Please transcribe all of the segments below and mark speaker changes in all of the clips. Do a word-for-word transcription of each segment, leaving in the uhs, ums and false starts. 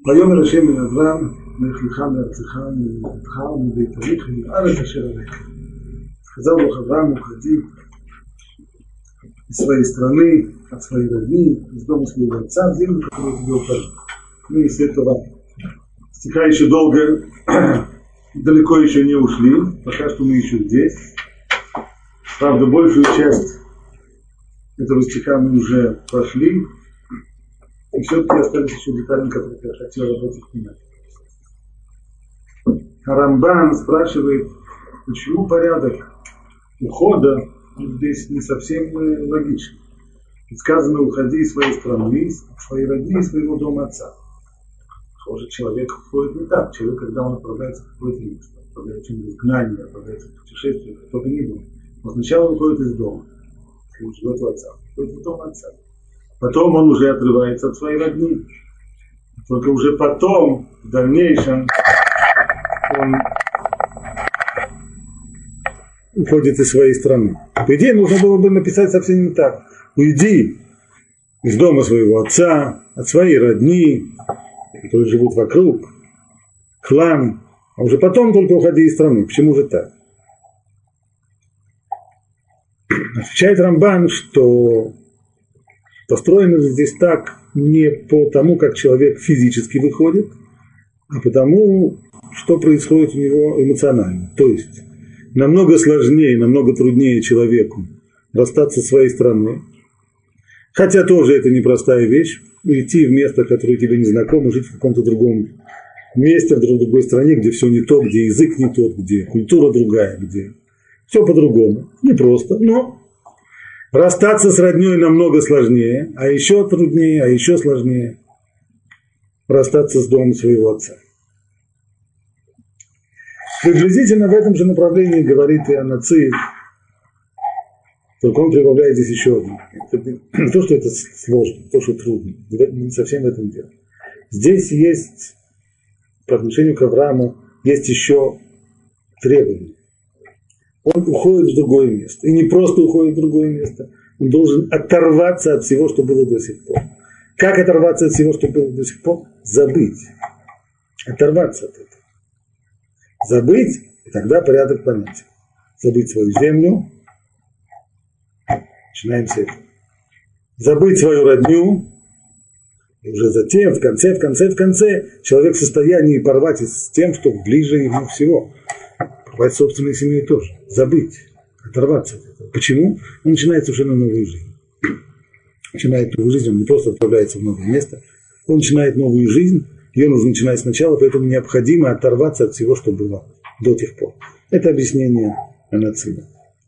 Speaker 1: ויאמר השם אל אברהם, לך לך מארצך וממולדתך ומבית אביך ומארץ אשר אראך. сказал Бог Аврааму: уходи из своей страны, от своей родни, из дома своего отца, в землю, которую тебе укажу. Мы из этого стиха еще долго, далеко еще не ушли, пока что мы еще здесь. Правда, большую часть этого стиха мы уже прошли, и все-таки остались еще детали, которые я хотел обратить внимание. Рамбан спрашивает, почему порядок ухода здесь не совсем логичный. Ведь сказано: уходи из своей страны, из своей родни, из своего дома отца. Похоже, человек уходит не так. Человек, когда он отправляется в какое-то место, отправляется в изгнание, отправляется в путешествие, кто бы ни был, он сначала уходит из дома, он живет у отца, уходит из дома отца. Потом он уже отрывается от своей родни. Только уже потом, в дальнейшем, он уходит из своей страны. По идее, нужно было бы написать совсем не так. Уйди из дома своего отца, от своей родни, которые живут вокруг, клан, а уже потом только уходи из страны. Почему же так? Отвечает Рамбан, что построено здесь так не по тому, как человек физически выходит, а потому, что происходит у него эмоционально. То есть намного сложнее, намного труднее человеку расстаться со своей страной. Хотя тоже это непростая вещь. Уйти в место, которое тебе не знакомо, жить в каком-то другом месте, в другой стране, где все не то, где язык не тот, где культура другая, где все по-другому. Непросто, но расстаться с роднёй намного сложнее, а еще труднее, а еще сложнее расстаться с домом своего отца. Приблизительно в этом же направлении говорит и Анаци, только он прибавляет здесь еще одно. Не то, что это сложно, то, что трудно. Не совсем в этом дело. Здесь есть, по отношению к Аврааму, есть еще требования. Он уходит в другое место. И не просто уходит в другое место. Он должен оторваться от всего, что было до сих пор. Как оторваться от всего, что было до сих пор? Забыть. Оторваться от этого. Забыть, и тогда порядок понятен. Забыть свою землю. Начинаем с этого. Забыть свою родню. И уже затем, в конце, в конце, в конце, человек в состоянии порвать с тем, что ближе ему всего. Порвать собственной семьей тоже. Забыть. Оторваться от этого. Почему? Он начинает совершенно новую жизнь. Начинает новую жизнь. Он не просто отправляется в новое место. Он начинает новую жизнь. Ее нужно начинать сначала, поэтому необходимо оторваться от всего, что было до тех пор. Это объяснение Анацида.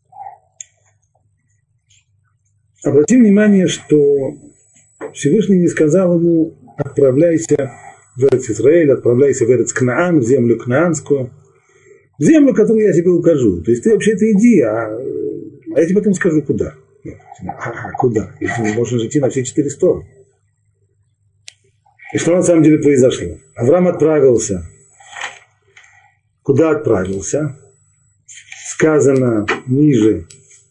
Speaker 1: Обратим внимание, что Всевышний не сказал ему: отправляйся в Эрец-Исраэль, отправляйся в Эрец-Кнаан, в землю кнаанскую, в землю, которую я тебе укажу. То есть ты вообще-то иди, а, а я тебе потом скажу, куда. А, а куда? Если можно же идти на все четыре стороны. И что на самом деле произошло? Авраам отправился. Куда отправился? Сказано ниже.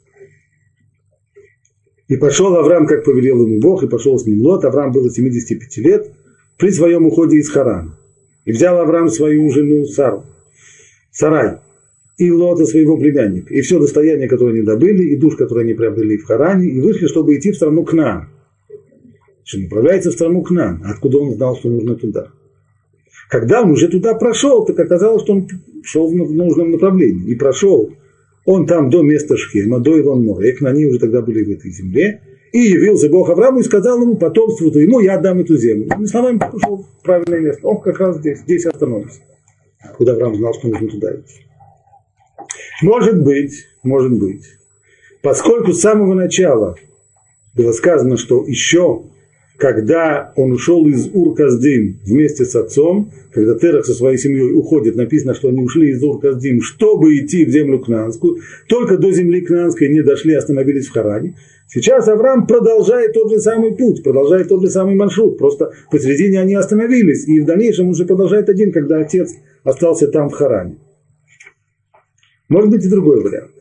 Speaker 1: И пошел Авраам, как повелел ему Бог, и пошел с ним Лот. Авраам было семидесяти пяти лет при своем уходе из Харана. И взял Авраам свою жену Сару, Сарай, и Лота своего племянника, и все достояние, которое они добыли, и душ, который они приобрели в Харане, и вышли, чтобы идти в страну Кнаан. Что направляется в страну Кнаан. Откуда он знал, что нужно туда? Когда он уже туда прошел, так оказалось, что он шел в нужном направлении. И прошел он там до места Шхема, до Илон-Моря. И кнаани уже тогда были в этой земле. И явился Бог Аврааму и сказал ему: потомству твоему я отдам эту землю. Другими словами, пошел в правильное место. Он как раз здесь, здесь остановился. Куда Авраам знал, что нужно туда идти. Может быть, может быть, поскольку с самого начала было сказано, что еще когда он ушел из Ур-Касдим вместе с отцом, когда Терах со своей семьей уходит, написано, что они ушли из Ур-Касдим, чтобы идти в землю Кнаанскую, только до земли Кнаанской не дошли, остановились в Харане. Сейчас Авраам продолжает тот же самый путь, продолжает тот же самый маршрут, просто посередине они остановились, и в дальнейшем уже продолжает один, когда отец остался там в Харане. Может быть и другой вариант.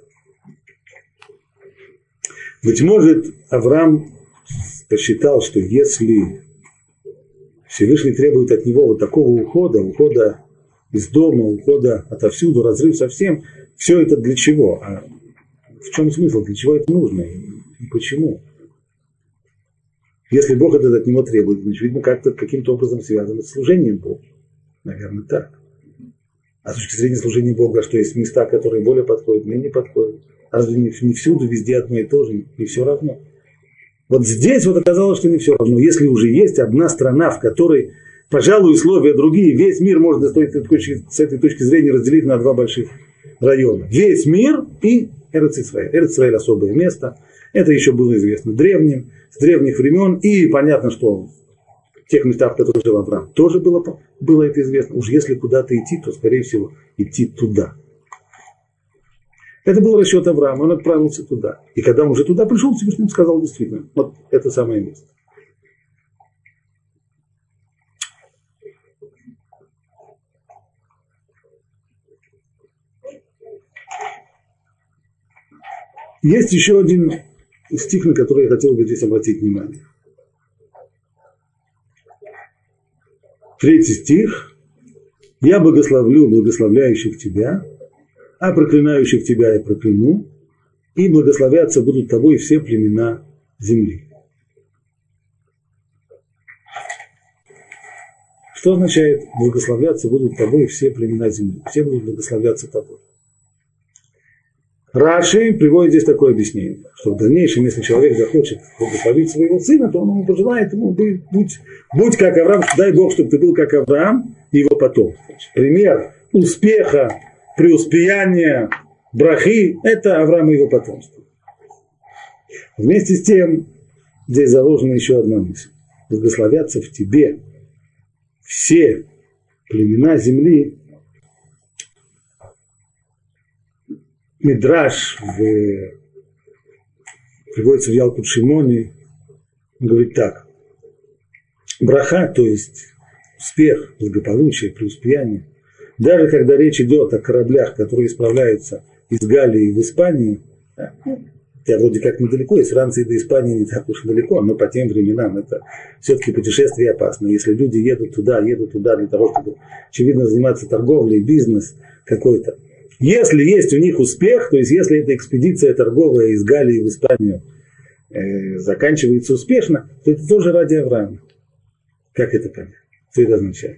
Speaker 1: Быть может, Авраам посчитал, что если Всевышний требует от него вот такого ухода, ухода из дома, ухода отовсюду, разрыв совсем. Все это для чего? А в чем смысл? Для чего это нужно? И почему? Если Бог это от него требует, значит, видно, как-то каким-то образом связано с служением Богу. Наверное, так. А с точки зрения служения Бога, что есть места, которые более подходят, менее подходят. Разве не, не всюду, везде одно и то же, и все равно? Вот здесь вот оказалось, что не все равно. Если уже есть одна страна, в которой, пожалуй, условия другие, весь мир можно с этой точки, с этой точки зрения разделить на два больших района. Весь мир и Эрец-Исраэль. Эрец-Исраэль особое место. Это еще было известно древним, с древних времен. И понятно, что в тех местах, в которых жил Авраам, тоже было, было это известно. Уж если куда-то идти, то, скорее всего, идти туда. Это был расчет Авраама, он отправился туда. И когда он уже туда пришел, Всевышний сказал действительно, вот это самое место. Есть еще один стих, на который я хотел бы здесь обратить внимание. Третий стих. «Я благословлю благословляющих тебя, а проклинающих тебя я прокляну, и благословятся будут тобой все племена земли». Что означает благословляться будут тобой все племена земли? Все будут благословляться тобой. Раши приводит здесь такое объяснение, что в дальнейшем, если человек захочет благословить своего сына, то он ему пожелает ему быть, будь, будь как Авраам, дай Бог, чтобы ты был как Авраам и его потом. Пример успеха, преуспеяния, брахи – это Авраам и его потомство. Вместе с тем, здесь заложена еще одна мысль. Благословятся в тебе все племена земли. Мидраш в, приводится в Ялкут Шимони, он говорит так. Браха, то есть успех, благополучие, преуспеяние, даже когда речь идет о кораблях, которые исправляются из Галлии в Испанию, да, хотя вроде как недалеко, из Франции до Испании не так уж далеко, но по тем временам это все-таки путешествие опасно. Если люди едут туда, едут туда для того, чтобы, очевидно, заниматься торговлей, бизнес какой-то. Если есть у них успех, то есть если эта экспедиция торговая из Галлии в Испанию э, заканчивается успешно, то это тоже ради Авраама. Как это понять? Что это означает?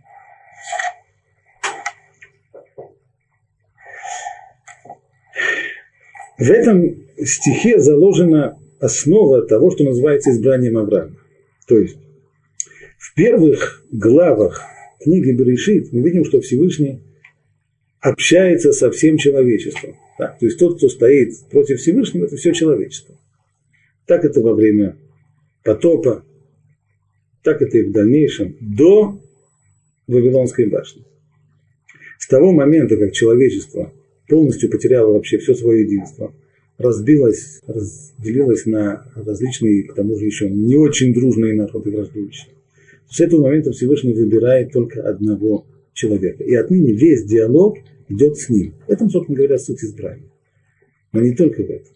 Speaker 1: В этом стихе заложена основа того, что называется избранием Авраама. То есть в первых главах книги Берешит мы видим, что Всевышний общается со всем человечеством. Так, то есть тот, кто стоит против Всевышнего, это все человечество. Так это во время потопа, так это и в дальнейшем, до Вавилонской башни. С того момента, как человечество полностью потеряло вообще все свое единство, разбилось, разделилось на различные, к тому же еще не очень дружные народы враждующие. С этого момента Всевышний выбирает только одного человека. И отныне весь диалог идет с ним. В этом, собственно говоря, суть избрания. Но не только в этом.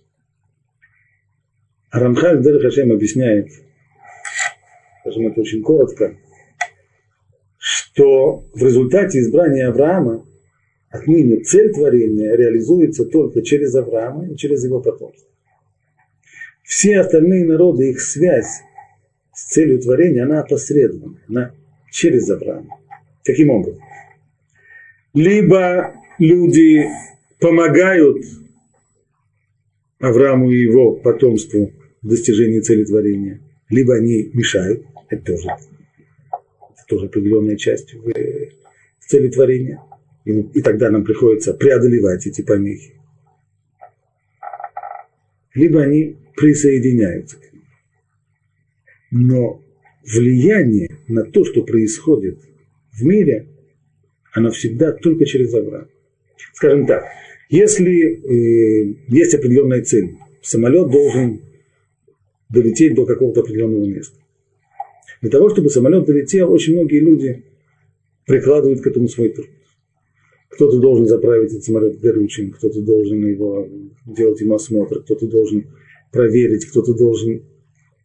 Speaker 1: А Рамхаль Дерех ха-Шем объясняет, скажем это очень коротко, что в результате избрания Авраама отныне цель творения реализуется только через Авраама и через его потомство. Все остальные народы, их связь с целью творения, она опосредована, она через Авраама. Каким образом? Либо люди помогают Аврааму и его потомству в достижении цели творения, либо они мешают, это тоже, это тоже определенная часть в, в цели творения, и, и тогда нам приходится преодолевать эти помехи. Либо они присоединяются к ним. Но влияние на то, что происходит в мире, оно всегда только через Авраама. Скажем так, если э, есть определенная цель, самолет должен долететь до какого-то определенного места. Для того, чтобы самолет долетел, очень многие люди прикладывают к этому свой труд. Кто-то должен заправить этот самолет горючим, кто-то должен его делать ему осмотр, кто-то должен проверить, кто-то должен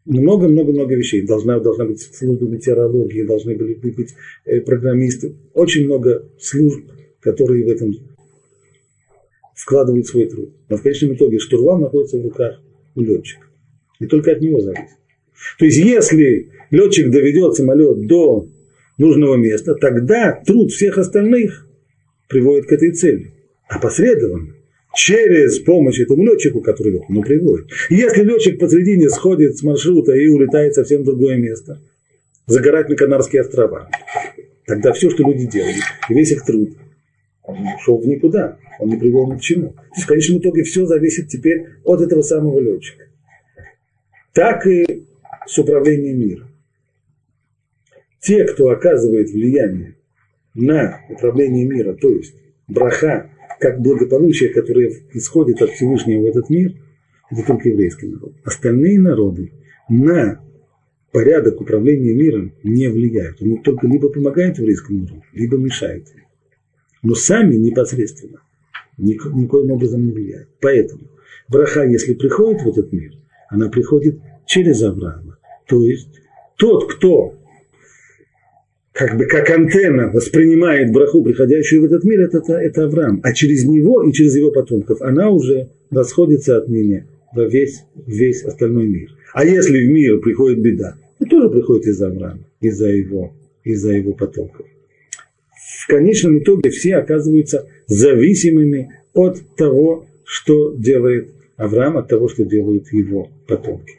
Speaker 1: много-много-много вещей. Должна, должна быть служба метеорологии, должны были быть программисты. Очень много служб, которые в этом вкладывают свой труд. Но в конечном итоге штурвал находится в руках у летчика. И только от него зависит. То есть, если летчик доведет самолет до нужного места, тогда труд всех остальных приводит к этой цели. Опосредованно, через помощь этому летчику, который его ну, приводит. И если летчик посредине сходит с маршрута и улетает совсем в другое место, загорать на Канарские острова, тогда все, что люди делали, и весь их труд, он шел в никуда, он не привел ни к чему. То есть, в конечном итоге все зависит теперь от этого самого летчика. Так и с управлением миром. Те, кто оказывает влияние на управление миром, то есть браха, как благополучие, которое исходит от Всевышнего в этот мир, это только еврейский народ. Остальные народы на порядок управления миром не влияют. Они только либо помогают еврейскому народу, либо мешают. Но сами непосредственно никоим образом не влияют. Поэтому браха, если приходит в этот мир, она приходит через Авраама. То есть тот, кто как бы как антенна воспринимает браху, приходящую в этот мир, это, это, это Авраам. А через него и через его потомков она уже расходится от меня во весь, весь остальной мир. А если в мир приходит беда, то тоже приходит из Авраама, из-за его, из-за его потомков. В конечном итоге все оказываются зависимыми от того, что делает Авраам, от того, что делают его потомки.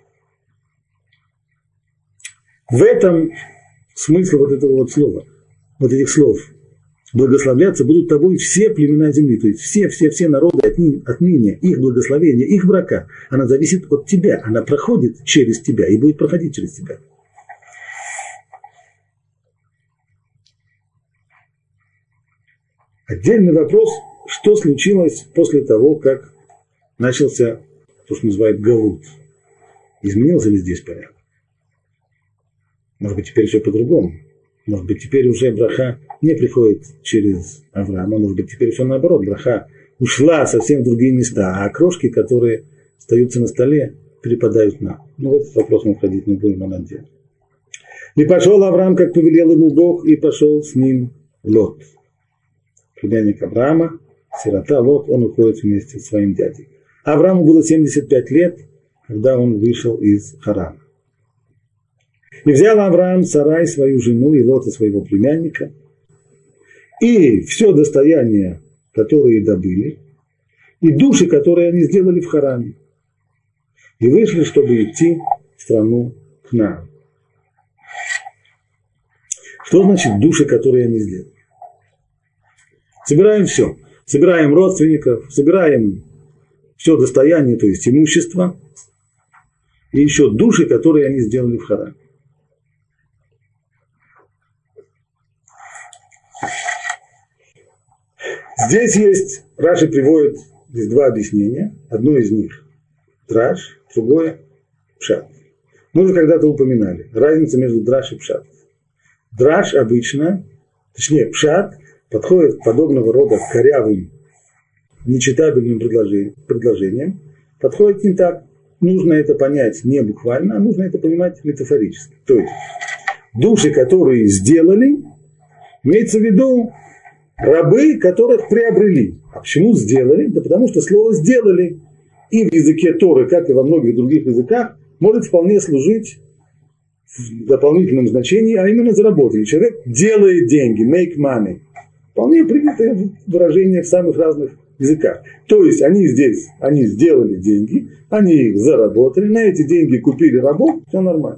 Speaker 1: В этом смысл вот этого вот слова, вот этих слов. Благословляться будут тобой все племена земли, то есть все-все-все народы отныне, отныне, их благословение, их брака, она зависит от тебя, она проходит через тебя и будет проходить через тебя. Отдельный вопрос, что случилось после того, как начался то, что называют галут. Изменился ли здесь порядок? Может быть, теперь все по-другому. Может быть, теперь уже браха не приходит через Авраама. Может быть, теперь все наоборот. Браха ушла совсем в другие места, а окрошки, которые остаются на столе, перепадают нам. Ну, в этот вопрос мы входить не будем, он отдельно. И пошел Авраам, как повелел ему Бог, и пошел с ним Лот. Племянник Авраама, сирота Лот, он уходит вместе с своим дядей. Аврааму было семьдесят пять лет, когда он вышел из Харана. И взял Авраам Сарай, свою жену, и Лота, своего племянника, и все достояние, которое добыли, и души, которые они сделали в Харане, и вышли, чтобы идти в страну Кнаан. Что значит души, которые они сделали? Собираем все. Собираем родственников, собираем все достояние, то есть имущество, и еще души, которые они сделали в Харане. Здесь есть, Раши приводит здесь два объяснения. Одно из них драш, другое пшат. Мы уже когда-то упоминали разницу между драш и пшат. Драш обычно, точнее пшат, подходит к подобного рода корявым, нечитабельным предложениям. Подходит не так. Нужно это понять не буквально, а нужно это понимать метафорически. То есть души, которые сделали, имеется в виду рабы, которых приобрели. А почему сделали? Да потому что слово «сделали» и в языке Торы, как и во многих других языках, может вполне служить в дополнительном значении, а именно заработали. Человек делает деньги, make money. Вполне принятое выражение в самых разных языках. То есть они здесь, они сделали деньги, они их заработали, на эти деньги купили рабов, все нормально.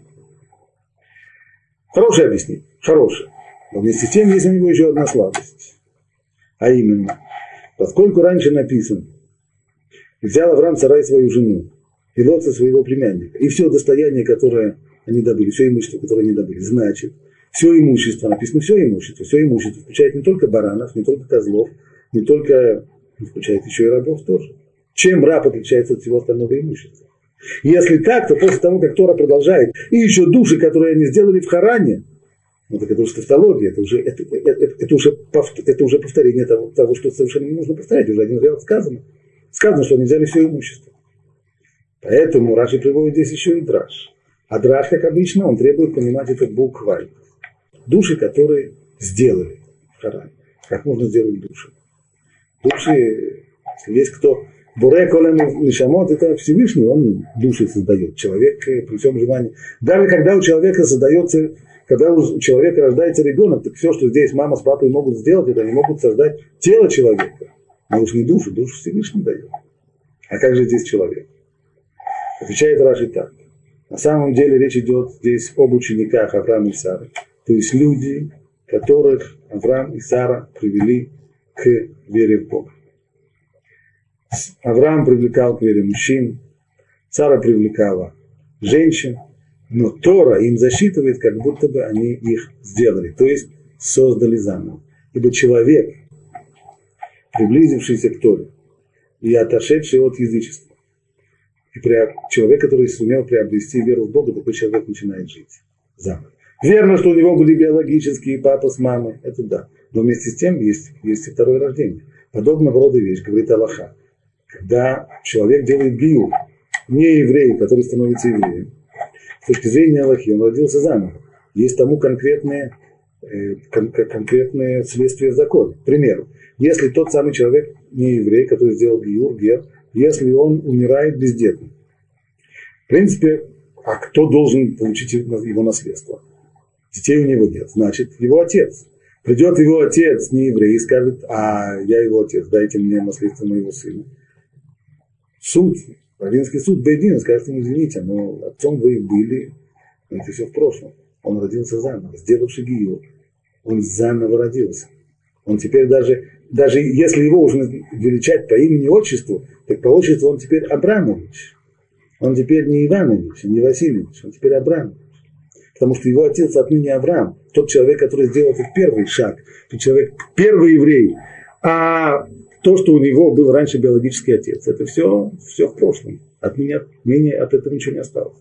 Speaker 1: Хорошее объяснение, хорошее. Но вместе с тем есть у него еще одна слабость. А именно, поскольку раньше написано, взял Авраам Сарай свою жену, и Лота своего племянника, и все достояние, которое они добыли, все имущество, которое они добыли, значит, все имущество, написано все имущество, все имущество включает не только баранов, не только козлов, не только, включает еще и рабов тоже. Чем раб отличается от всего остального имущества? Если так, то после того, как Тора продолжает, и еще души, которые они сделали в Харане, ну, так это уже тавтология, это уже, это, это, это, уже, это уже повторение того, того, что совершенно не нужно повторять, уже один раз сказано. Сказано, что они взяли все имущество. Поэтому Раши приводит здесь еще и драш. А драш, как обычно, он требует понимать это буквой. Души, которые сделали в Харане. Как можно сделать души? Души, если есть кто... Буре колем нишамот, это Всевышний, он души создает. Человек при всем желании. Даже когда у человека создается, когда у человека рождается ребенок, так все, что здесь мама с папой могут сделать, это они могут создать тело человека. Но уж не душу, душу Всевышний дает. А как же здесь человек? Отвечает Раши так. На самом деле речь идет здесь об учениках Авраама и Сары. То есть люди, которых Авраам и Сара привели к вере в Бога. Авраам привлекал к вере мужчин, Сара привлекала женщин, но Тора им засчитывает, как будто бы они их сделали, то есть создали заново. Ибо человек, приблизившийся к Торе и отошедший от язычества, и человек, который сумел приобрести веру в Бога, такой человек начинает жить заново. Верно, что у него были биологические папа с мамой, это да, но вместе с тем есть, есть и второе рождение. Подобного рода вещь, говорит Аллаха. Когда человек делает гиюр, не еврей, который становится евреем, с точки зрения Аллахи, он родился заново. Есть тому конкретные, э, кон- конкретные следствия в законе. К примеру, если тот самый человек, не еврей, который сделал гиюр, гер, если он умирает бездетным. В принципе, а кто должен получить его наследство? Детей у него нет, значит, его отец. Придет его отец, не еврей, и скажет: а я его отец, дайте мне наследство моего сына. Суд, раввинский суд, бейдин, скажет ему: извините, но отцом вы и были, но это все в прошлом. Он родился заново, сделавший гиюр. Он заново родился. Он теперь даже, даже если его уже величать по имени отчеству, так по отчеству он теперь Абрамович. Он теперь не Иванович, не Васильевич, он теперь Абрамович. Потому что его отец отныне Авраам, тот человек, который сделал этот первый шаг, тот человек, первый еврей. А то, что у него был раньше биологический отец, это все, все в прошлом. От меня, менее от этого ничего не осталось.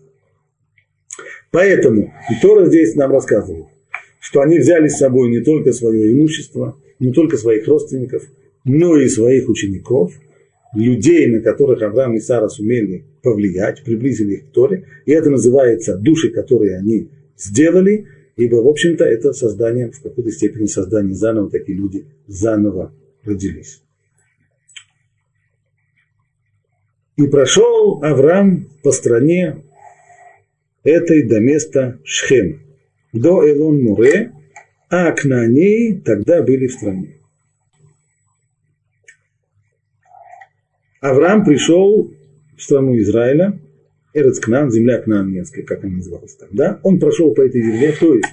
Speaker 1: Поэтому и Тора здесь нам рассказывает, что они взяли с собой не только свое имущество, не только своих родственников, но и своих учеников, людей, на которых Авраам и Сара сумели повлиять, приблизили их к Торе. И это называется души, которые они сделали, ибо, в общем-то, это создание, в какой-то степени создание заново, такие люди заново родились. И прошел Авраам по стране этой до места Шхем, до Элон-Муре, а Кнаанеи тогда были в стране. Авраам пришел в страну Израиля, Эрец Кнаан, земля Кнаан немецкая, как она называлась тогда. Он прошел по этой земле, то есть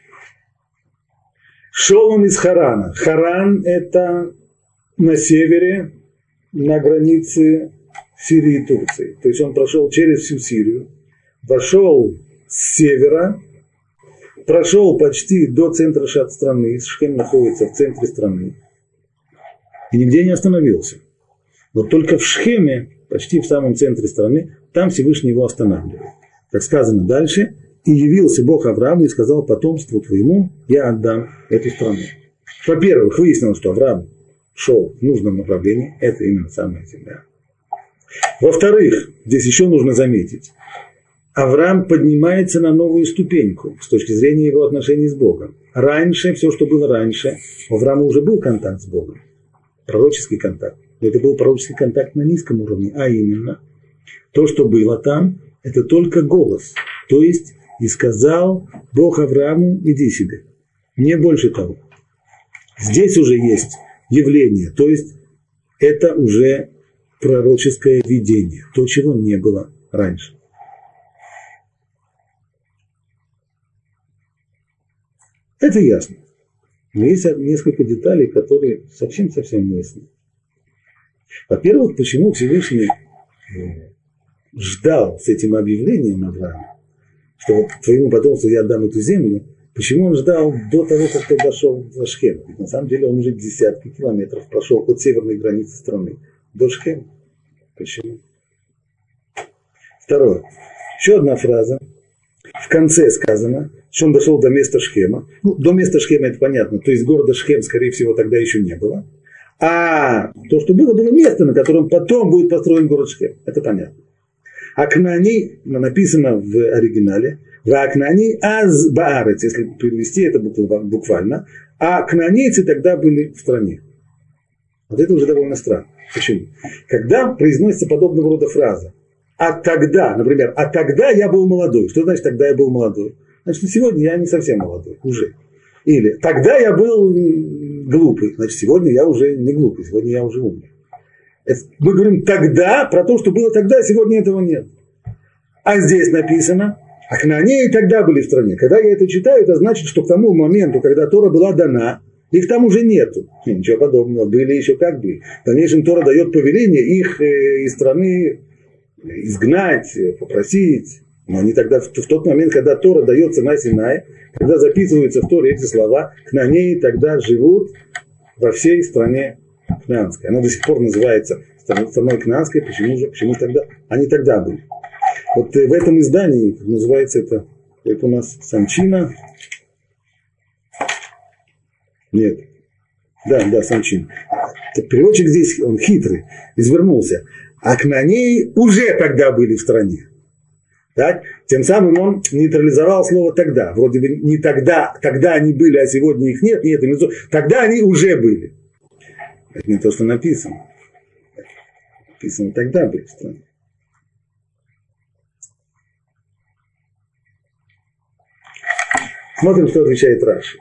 Speaker 1: шел он из Харана. Харан – это на севере, на границе Сирии и Турции. То есть он прошел через всю Сирию, вошел с севера, прошел почти до центра страны, Шхем находится в центре страны, и нигде не остановился. Вот только в Шхеме, почти в самом центре страны, там Всевышний его останавливает. Как сказано дальше: и явился Бог Аврааму и сказал: потомству твоему я отдам эту страну. Во-первых, выяснилось, что Авраам шел в нужном направлении, это именно самая земля. Во-вторых, здесь еще нужно заметить, Авраам поднимается на новую ступеньку с точки зрения его отношений с Богом. Раньше, все, что было раньше, у Авраама уже был контакт с Богом, пророческий контакт. Но это был пророческий контакт на низком уровне, а именно, то, что было там, это только голос. То есть, и сказал Бог Аврааму: иди себе. Не больше того. Здесь уже есть явление, то есть, это уже пророческое видение, то, чего не было раньше. Это ясно. Но есть несколько деталей, которые совсем-совсем не ясны. Во-первых, почему Всевышний ждал с этим объявлением Авраама, что вот твоему потомству я отдам эту землю, почему он ждал до того, как ты дошел до Шхема? Ведь на самом деле он уже десятки километров прошел от северной границы страны до Шхема. Почему? Второе. Еще одна фраза. В конце сказано, что он дошел до места Шхема. Ну, до места Шхема это понятно. То есть города Шхем, скорее всего, тогда еще не было. А то, что было, было место, на котором потом будет построен город Шхем. Это понятно. А кнаани, написано в оригинале, в кнаани аз баарец, если перевести это буквально, а кнаанейцы тогда были в стране. Вот это уже довольно странно. Почему? Когда произносится подобного рода фраза, а тогда, например, а тогда я был молодой. Что значит тогда я был молодой? Значит, сегодня я не совсем молодой, уже. Или тогда я был глупый, значит, сегодня я уже не глупый, сегодня я уже умный. Это мы говорим тогда про то, что было тогда, а сегодня этого нет. А здесь написано, а кнаанеи тогда были в стране. Когда я это читаю, это значит, что к тому моменту, когда Тора была дана, их там уже нету. Ничего подобного, были еще как бы. В дальнейшем Тора дает повеление их из страны изгнать, попросить. Но они тогда, в тот момент, когда Тора дается на Синае, когда записываются в Торе эти слова, кнаанеи тогда живут во всей стране кнаанской. Она до сих пор называется страной кнаанской. Почему же? Почему тогда? Они тогда были. Вот в этом издании, называется это, это у нас Санчина. Нет. Да, да, Санчин. Переводчик здесь, он хитрый, извернулся. А кнаанеи уже тогда были в стране. Так? Тем самым он нейтрализовал слово «тогда». Вроде бы не тогда, тогда они были, а сегодня их нет. Нет, тогда они уже были. Это не то, что написано. Написано «тогда были в стране». Смотрим, что отвечает Раши.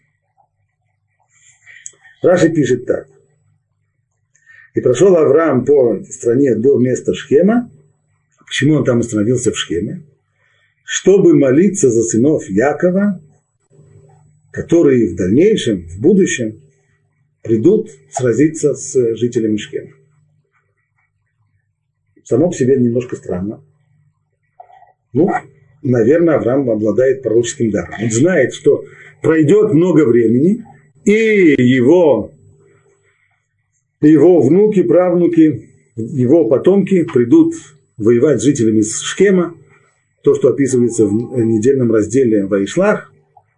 Speaker 1: Раши пишет так. И прошел Авраам по стране до места Шхема. Почему он там остановился в Шхеме? Чтобы молиться за сынов Якова, которые в дальнейшем, в будущем, придут сразиться с жителями Шхема. Само по себе немножко странно. Ну, наверное, Авраам обладает пророческим даром. Он знает, что пройдет много времени, и его, его внуки, правнуки, его потомки придут воевать с жителями Шхема, то, что описывается в недельном разделе Ваишлах.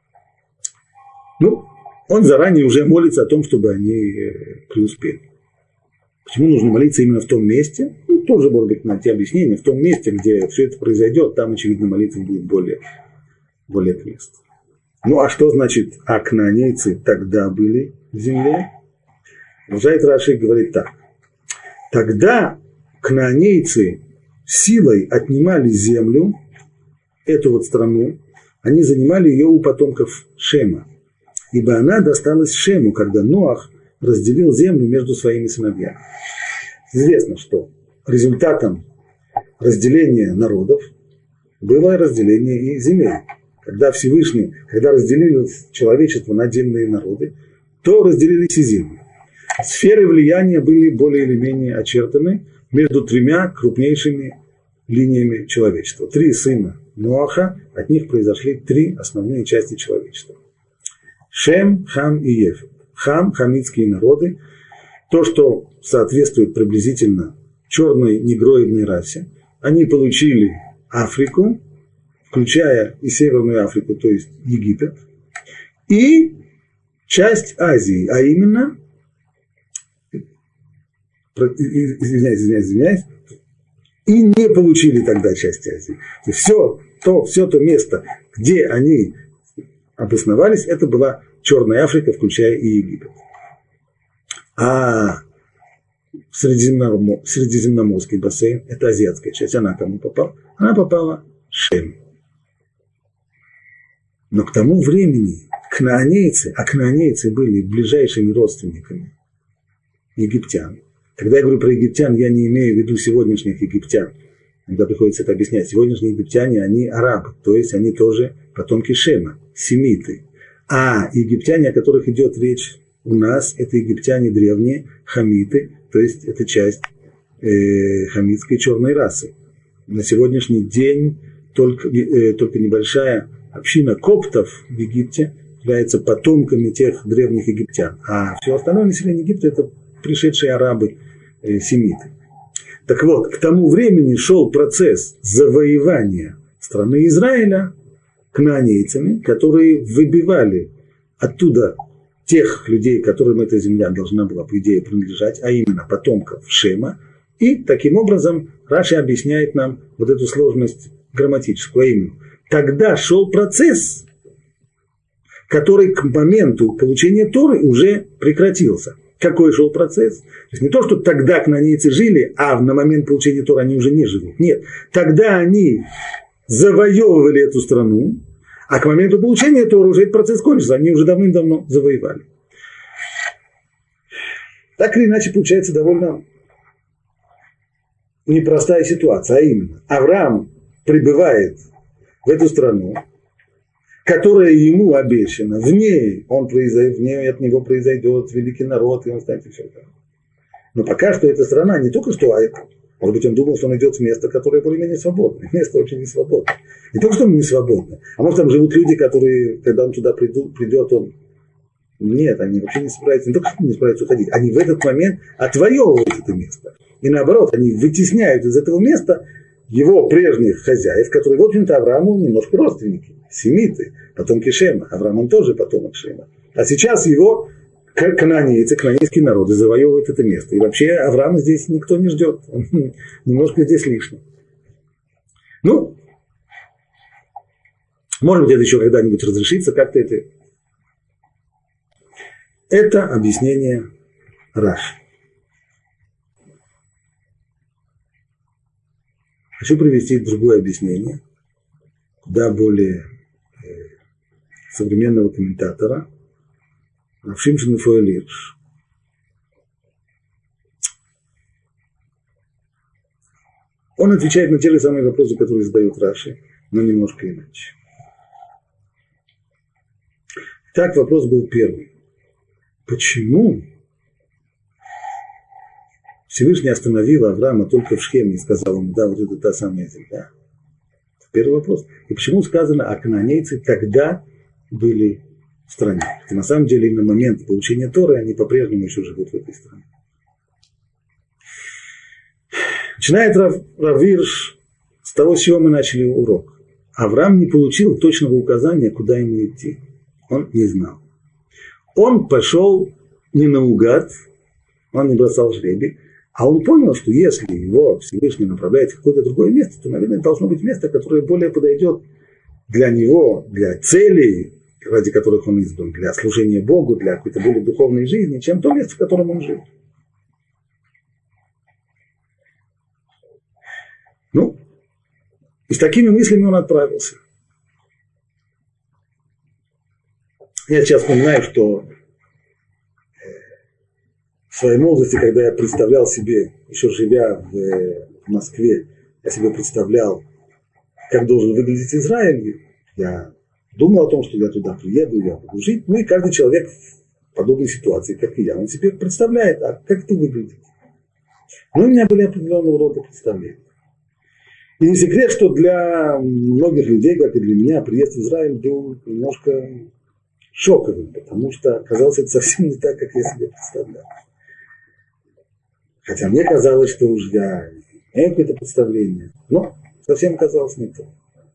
Speaker 1: Ну, он заранее уже молится о том, чтобы они преуспели. Почему нужно молиться именно в том месте? Ну, тоже, может быть, найти объяснение. В том месте, где все это произойдет, там, очевидно, молитва будет более, более к месту. Ну, а что значит, а кнаанейцы тогда были в земле? Продолжает Раши, говорит так. Тогда кнаанейцы силой отнимали землю, эту вот страну, они занимали ее у потомков Шема. Ибо она досталась Шему, когда Ноах разделил землю между своими сыновьями. Известно, что результатом разделения народов было разделение и земель. Когда Всевышний, когда разделили человечество на отдельные народы, то разделились и земли. Сферы влияния были более или менее очертаны между тремя крупнейшими линиями человечества. Три сына Ноаха, от них произошли три основные части человечества. Шем, Хам и Ефет. Хам, хамитские народы, то, что соответствует приблизительно черной негроидной расе, они получили Африку, включая и Северную Африку, то есть Египет, и часть Азии, а именно, извиняюсь, извиняюсь, извиняюсь, и не получили тогда часть Азии. И все то, все то место, где они обосновались, это была Черная Африка, включая и Египет. А Средиземноморский бассейн, это азиатская часть, она кому попала? Она попала Шем. Но к тому времени кнаанейцы, а кнаанейцы были ближайшими родственниками египтян. Когда я говорю про египтян, я не имею в виду сегодняшних египтян. Когда приходится это объяснять. Сегодняшние египтяне, они арабы, то есть они тоже потомки Шема, семиты. А египтяне, о которых идет речь у нас, это египтяне древние, хамиты, то есть это часть э, хамитской черной расы. На сегодняшний день только, э, только небольшая община коптов в Египте является потомками тех древних египтян. А все остальное население Египта – это пришедшие арабы, э, семиты. Так вот, к тому времени шел процесс завоевания страны Израиля кнаанейцами, которые выбивали оттуда тех людей, которым эта земля должна была, по идее, принадлежать, а именно потомков Шема, И таким образом Раши объясняет нам вот эту сложность грамматическую, а именно, тогда шел процесс, который к моменту получения Торы уже прекратился. Какой шел процесс? То есть не то, что тогда кнаанейцы жили, а на момент получения Торы они уже не живут. Нет, тогда они завоевывали эту страну, а к моменту получения Торы уже этот процесс кончился, они уже давным-давно завоевали. Так или иначе получается довольно непростая ситуация, а именно Авраам прибывает в эту страну, которая ему обещана, в ней, он произойдет, в ней от него произойдет великий народ, и он станет все это. Но пока что эта страна не только что, а это, может быть, он думал, что он идет в место, которое более-менее свободное. Место очень несвободное. Не только что он не свободное, а может, там живут люди, которые, когда он туда придут, придет, он... Нет, они вообще не собираются, не только что не собираются уходить, они в этот момент отвоевывают это место. И наоборот, они вытесняют из этого места его прежних хозяев, которые, в общем-то, Аврааму немножко родственники, семиты, потомки Шема. Авраам, он тоже потомок Шема. А сейчас его кнаанейцы, кнаанейские народы завоевывают это место. И вообще Авраама здесь никто не ждет. Он немножко здесь лишний. Ну, может быть, это еще когда-нибудь разрешится, как-то это... Это объяснение Раши. Хочу привести другое объяснение, куда более современного комментатора, Рав Шимшон Рифуэль Гирш. Он отвечает на те же самые вопросы, которые задает Раши, но немножко иначе. Так вопрос был первый. Почему Всевышний остановил Авраама только в Шхеме и сказал ему, да, вот это та самая земля? Первый вопрос. И почему сказано, а кнаанейцы тогда были в стране? И на самом деле именно момент получения Торы они по-прежнему еще живут в этой стране. Начинает Рав, Рав Гирш с того, с чего мы начали урок. Авраам не получил точного указания, куда ему идти. Он не знал. Он пошел не наугад, он не бросал жребий, а он понял, что если его Всевышний направляет в какое-то другое место, то, наверное, должно быть место, которое более подойдет для него, для целей, ради которых он избран, для служения Богу, для какой-то более духовной жизни, чем то место, в котором он жил. Ну, и с такими мыслями он отправился. Я сейчас вспоминаю, что в своей молодости, когда я представлял себе, еще живя в Москве, я себе представлял, как должен выглядеть Израиль. Я думал о том, что я туда приеду, я буду жить. Ну и каждый человек в подобной ситуации, как и я, он себе представляет, а как это выглядит. Но у меня были определенного рода представления. И не секрет, что для многих людей, как и для меня, приезд в Израиль был немножко шоковым, потому что оказалось это совсем не так, как я себе представлял. Хотя мне казалось, что уж я имею какое-то представление, но совсем оказалось не то.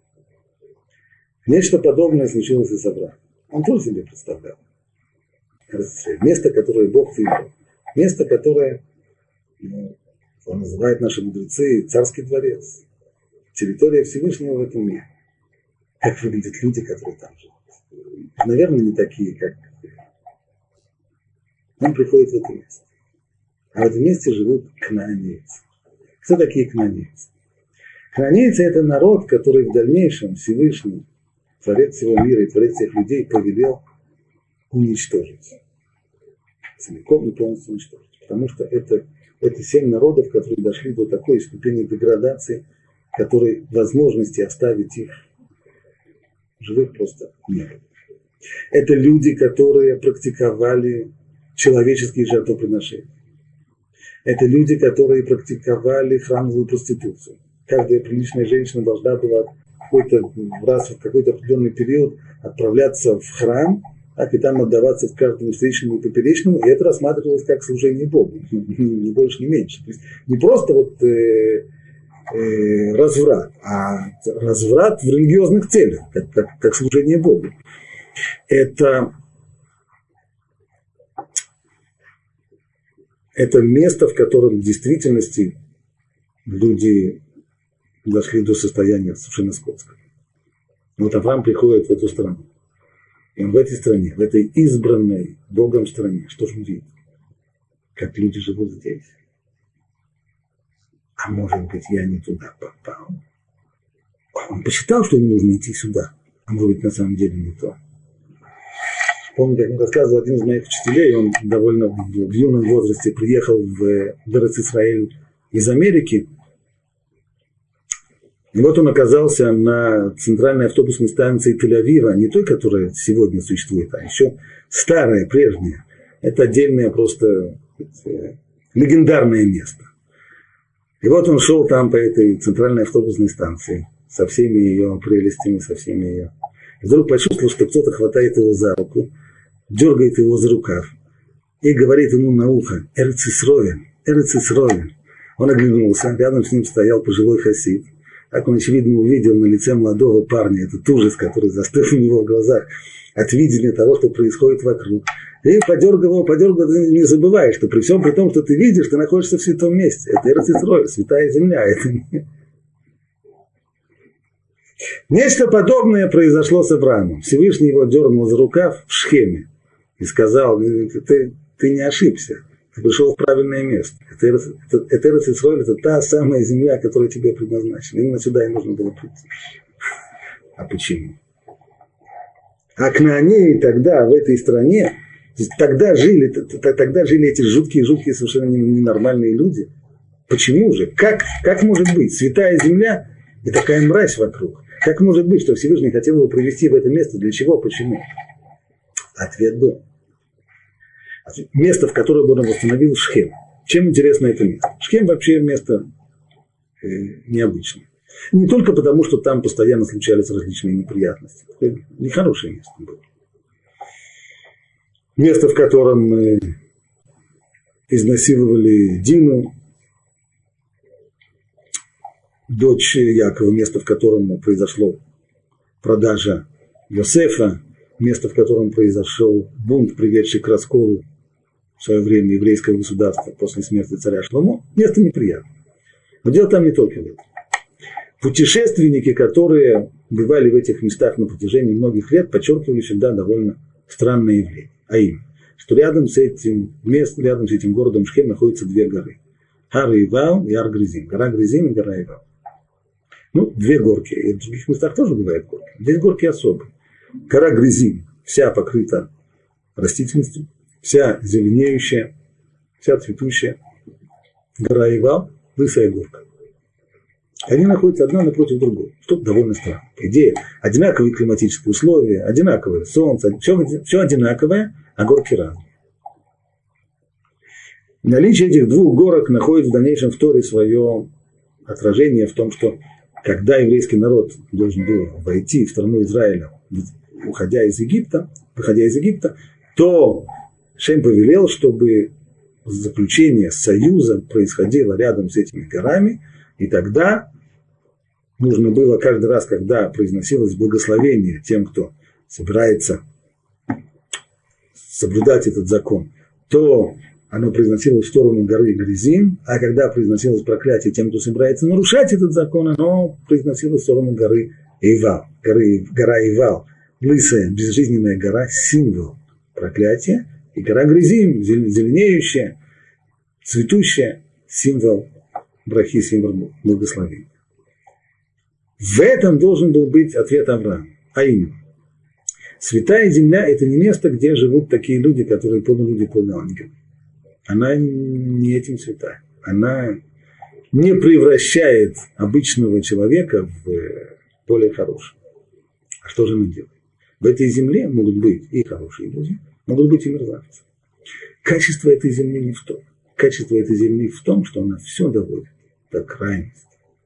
Speaker 1: Нечто подобное случилось и с Авраамом. Он тоже себе представлял. Место, которое Бог выбрал. Место, которое, ну, он называет наши мудрецы, царский дворец. Территория Всевышнего в этом мире. Как выглядят люди, которые там живут. Наверное, не такие, как... Он приходит в это место. А в этом месте живут кнаанейцы. Кто такие кнаанейцы? Кнаанейцы – это народ, который в дальнейшем Всевышний, Творец всего мира и Творец всех людей, повелел уничтожить. Целиком и полностью уничтожить. Потому что это, это семь народов, которые дошли до такой ступени деградации, которой возможности оставить их живых просто не было. Это люди, которые практиковали человеческие жертвоприношения. Это люди, которые практиковали храмовую проституцию. Каждая приличная женщина должна была какой-то раз в какой-то определенный период отправляться в храм, так, и там отдаваться в каждому встречному и поперечному, и это рассматривалось как служение Богу, ни больше, ни меньше. То есть не просто вот э, э, разврат, а разврат в религиозных целях, как, как, как служение Богу. Это, это место, в котором в действительности люди дошли до состояния совершенно скотского. Вот Авраам приходит в эту страну. И он в этой стране, в этой избранной Богом стране, что же он видит? Как люди живут здесь. А может быть, я не туда попал? Он посчитал, что ему нужно идти сюда. А может быть, на самом деле не то. Помню, как мне рассказывал один из моих учителей, он довольно в юном возрасте приехал в Эрец-Исраэль из Америки. И вот он оказался на центральной автобусной станции Тель-Авива, не той, которая сегодня существует, а еще старая, прежняя. Это отдельное просто легендарное место. И вот он шел там по этой центральной автобусной станции со всеми ее прелестями, со всеми ее. И вдруг почувствовал, что кто-то хватает его за руку, дергает его за рукав и говорит ему на ухо: «Эрец-Исроэль, Эрец-Исроэль». Он оглянулся, рядом с ним стоял пожилой хасид. Так он, очевидно, увидел на лице молодого парня этот ужас, который застыл у него в глазах от видения того, что происходит вокруг. И подергал его, подергал, не забывай, что при всем при том, что ты видишь, ты находишься в святом месте. Это Эрец-Исроэль, святая земля. Это не... Нечто подобное произошло с Авраамом. Всевышний его дернул за рукав в Шхеме и сказал: ты, ты не ошибся. Ты пришел в правильное место. Это Эрец-Исроэль, это та самая земля, которая тебе предназначена. Именно сюда и нужно было прийти. А почему? А кнаанеи тогда в этой стране, тогда жили, тогда жили эти жуткие-жуткие, совершенно ненормальные люди. Почему же? Как, как может быть? Святая земля и такая мразь вокруг. Как может быть, что Всевышний хотел его привести в это место? Для чего? Почему? Ответ был. Место, в которое он восстановил, Шхем. Чем интересно это место? Шхем вообще место э, необычное. Не только потому, что там постоянно случались различные неприятности. Это нехорошее место было. Место, в котором э, изнасиловали Дину, дочь Якова, место, в котором произошла продажа Йосефа, место, в котором произошел бунт, приведший к расколу в свое время еврейского государства после смерти царя Шломо, место неприятное. Но дело там не только в этом. Путешественники, которые бывали в этих местах на протяжении многих лет, подчеркивали всегда довольно странное явление. А именно, что рядом с этим местом, рядом с этим городом Шхем находятся две горы. Ар-Ивал и Ар-Гризим. Гора Гризим и гора Ивал. Ну, две горки. И в других местах тоже бывают горки. Здесь горки особые. Гора Гризим вся покрыта растительностью, вся зеленеющая, вся цветущая. Гора Ивал – лысая горка. Они находятся одна напротив другой, что довольно странно. По идее, одинаковые климатические условия, одинаковое солнце, все, все одинаковое, а горки разные. Наличие этих двух горок находит в дальнейшем в Торе свое отражение в том, что когда еврейский народ должен был войти в страну Израиля, уходя из Египта, выходя из Египта, то Шем повелел, чтобы заключение союза происходило рядом с этими горами, и тогда нужно было каждый раз, когда произносилось благословение тем, кто собирается соблюдать этот закон, то оно произносилось в сторону горы Гризим, а когда произносилось проклятие тем, кто собирается нарушать этот закон, оно произносилось в сторону горы Эйвал, горы, гора Эйвал, лысая, безжизненная гора, символ проклятия, и гора Гризим, зеленеющая, цветущая, символ брахи, символ благословения. В этом должен был быть ответ Авраама, а именно, святая земля – это не место, где живут такие люди, которые полулюди, полуангелы. Она не этим святая. Она не превращает обычного человека в более хорошего. А что же она делает? В этой земле могут быть и хорошие люди, могут быть и мерзавцы. Качество этой земли не в том. Качество этой земли в том, что она все доводит до крайности.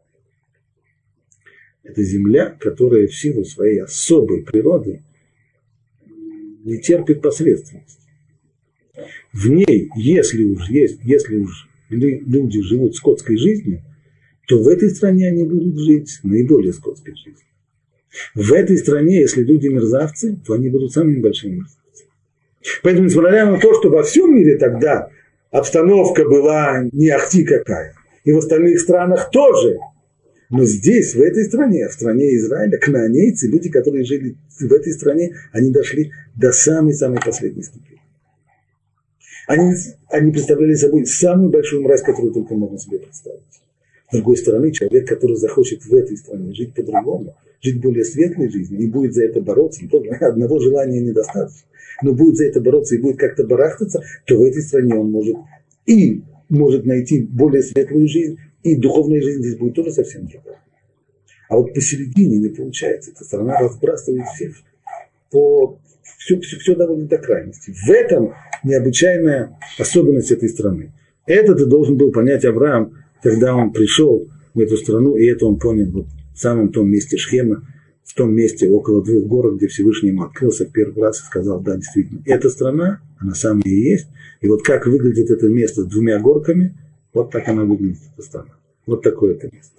Speaker 1: Это земля, которая в силу своей особой природы не терпит посредственности. В ней, если уж есть, если уж люди живут скотской жизнью, то в этой стране они будут жить наиболее скотской жизнью. В этой стране, если люди мерзавцы, то они будут самыми большими мерзавцами. Поэтому, несмотря на то, что во всем мире тогда обстановка была не ахти какая, и в остальных странах тоже. Но здесь, в этой стране, в стране Израиля, кнаанейцы, люди, которые жили в этой стране, они дошли до самой-самой последней ступени. Они, они представляли собой самую большую мразь, которую только можно себе представить. С другой стороны, человек, который захочет в этой стране жить по-другому, жить более светлой жизнью, и будет за это бороться, одного желания недостаточно, но будет за это бороться и будет как-то барахтаться, то в этой стране он может и может найти более светлую жизнь, и духовная жизнь здесь будет тоже совсем другая. А вот посередине не получается. Эта страна разбрасывает всех по... Все, все, все доводит до крайности. В этом необычайная особенность этой страны. Это ты должен был понять Авраам, когда он пришел в эту страну, и это он понял вот в самом том месте Шхема, в том месте около двух гор, где Всевышний ему открылся в первый раз и сказал: да, действительно, эта страна, она самая и есть. И вот как выглядит это место с двумя горками, вот так она выглядит, эта страна. Вот такое это место.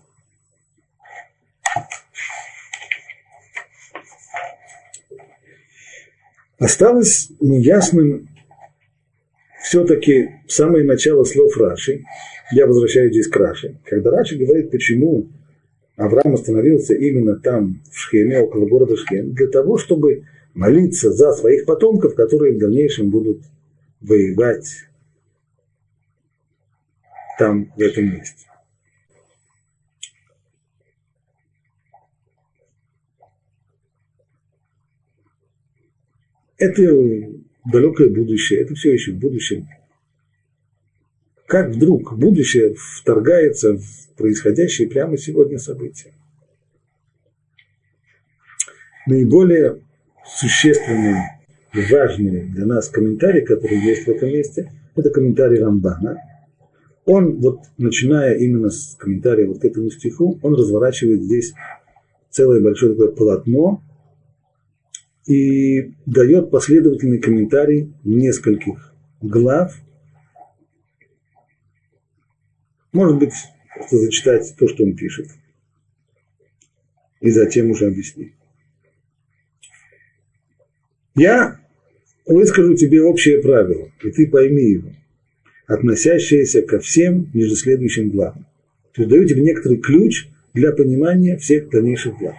Speaker 1: Осталось неясным все-таки самое начало слов Раши. Я возвращаюсь здесь к Раши. Когда Раши говорит, почему Авраам остановился именно там, в Шхеме, около города Шхем, для того, чтобы молиться за своих потомков, которые в дальнейшем будут воевать там, в этом месте. Это далекое будущее, это все еще в будущем. Как вдруг будущее вторгается в происходящие прямо сегодня события? Наиболее существенный и важный для нас комментарий, который есть в этом месте, это комментарий Рамбана. Он, вот, начиная именно с комментария вот к этому стиху, он разворачивает здесь целое большое такое полотно и дает последовательный комментарий нескольких глав. Может быть, просто зачитать то, что он пишет, и затем уже объяснить. Я выскажу тебе общее правило, и ты пойми его, относящееся ко всем ниже следующим главам. То есть даю тебе некоторый ключ для понимания всех дальнейших глав.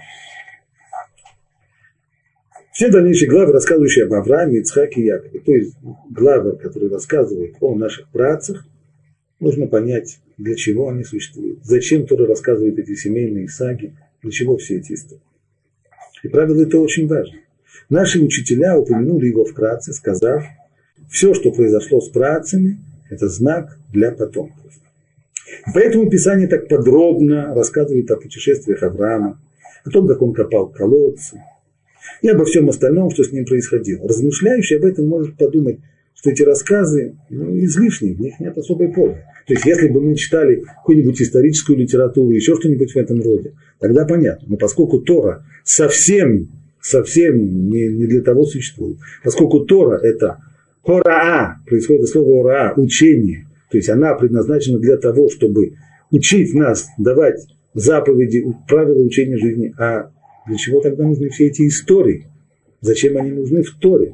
Speaker 1: Все дальнейшие главы, рассказывающие об Аврааме, Ицхаке и Якове, то есть главы, которые рассказывают о наших працах, нужно понять, для чего они существуют, зачем Тора рассказывает эти семейные саги, для чего все эти истории. И правило это очень важно. Наши учителя упомянули его вкратце, сказав, все, что произошло с працами, это знак для потомков. Поэтому Писание так подробно рассказывает о путешествиях Авраама, о том, как он копал колодцы, и обо всем остальном, что с ним происходило. Размышляющий об этом может подумать, что эти рассказы ну, излишни, в них нет особой пользы. То есть, если бы мы читали какую-нибудь историческую литературу, еще что-нибудь в этом роде, тогда понятно. Но поскольку Тора совсем, совсем не, не для того существует, поскольку Тора – это хораа, происходит от слова хораа, учение, то есть она предназначена для того, чтобы учить нас, давать заповеди, правила учения жизни, а для чего тогда нужны все эти истории? Зачем они нужны в Торе?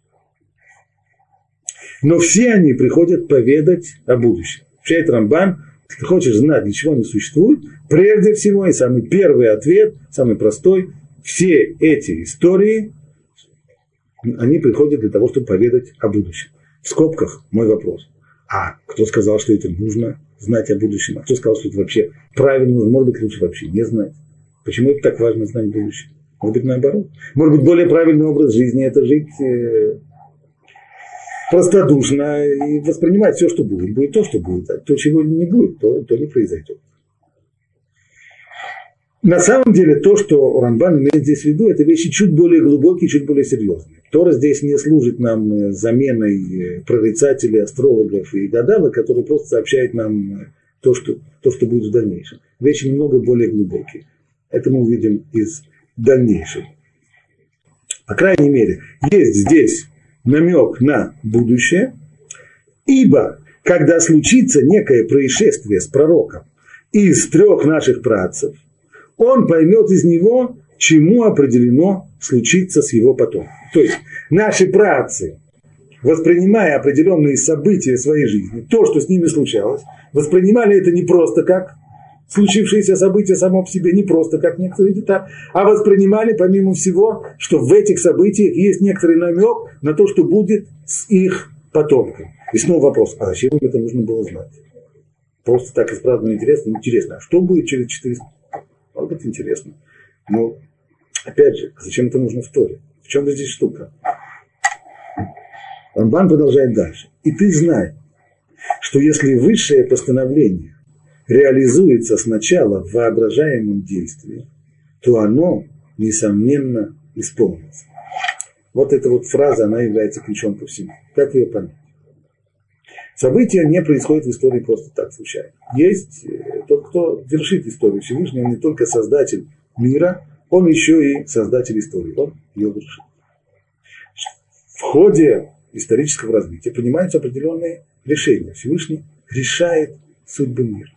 Speaker 1: Но все они приходят поведать о будущем. Шейт Рамбан, если ты хочешь знать, для чего они существуют, прежде всего, и самый первый ответ, самый простой, все эти истории, они приходят для того, чтобы поведать о будущем. В скобках мой вопрос. А кто сказал, что это нужно знать о будущем? А кто сказал, что это вообще правильно, может быть, лучше вообще не знать? Почему это так важно знать будущее? Может быть, наоборот. Может быть, более правильный образ жизни – это жить э, простодушно и воспринимать все, что будет. Будет то, что будет. А то, чего не будет, то, то не произойдет. На самом деле, то, что Рамбан имеет здесь в виду, это вещи чуть более глубокие, чуть более серьезные. Тора здесь не служит нам заменой прорицателей, астрологов и гадалок, которые просто сообщают нам то, что, то, что будет в дальнейшем. Вещи немного более глубокие. Это мы увидим из дальнейшего. По крайней мере, есть здесь намек на будущее, ибо когда случится некое происшествие с пророком из трех наших працев, он поймет из него, чему определено случиться с его потомком. То есть наши працы, воспринимая определенные события своей жизни, то, что с ними случалось, воспринимали это не просто как случившееся событие само по себе, не просто как некоторые детали, а воспринимали, помимо всего, что в этих событиях есть некоторый намек на то, что будет с их потомками. И снова вопрос, а зачем им это нужно было знать? Просто так из праздного интереса, интересно, а что будет через четыреста? Может быть, интересно. Но, опять же, зачем это нужно в Торе? В чем здесь штука? Рамбан продолжает дальше. И ты знай, что если высшее постановление реализуется сначала в воображаемом действии, то оно, несомненно, исполнится. Вот эта вот фраза, она является ключом ко всему. Как ее понять? События не происходят в истории просто так, случайно. Есть тот, кто вершит историю Всевышнего, он не только создатель мира, он еще и создатель истории, он ее вершит. В ходе исторического развития принимаются определенные решения. Всевышний решает судьбы мира.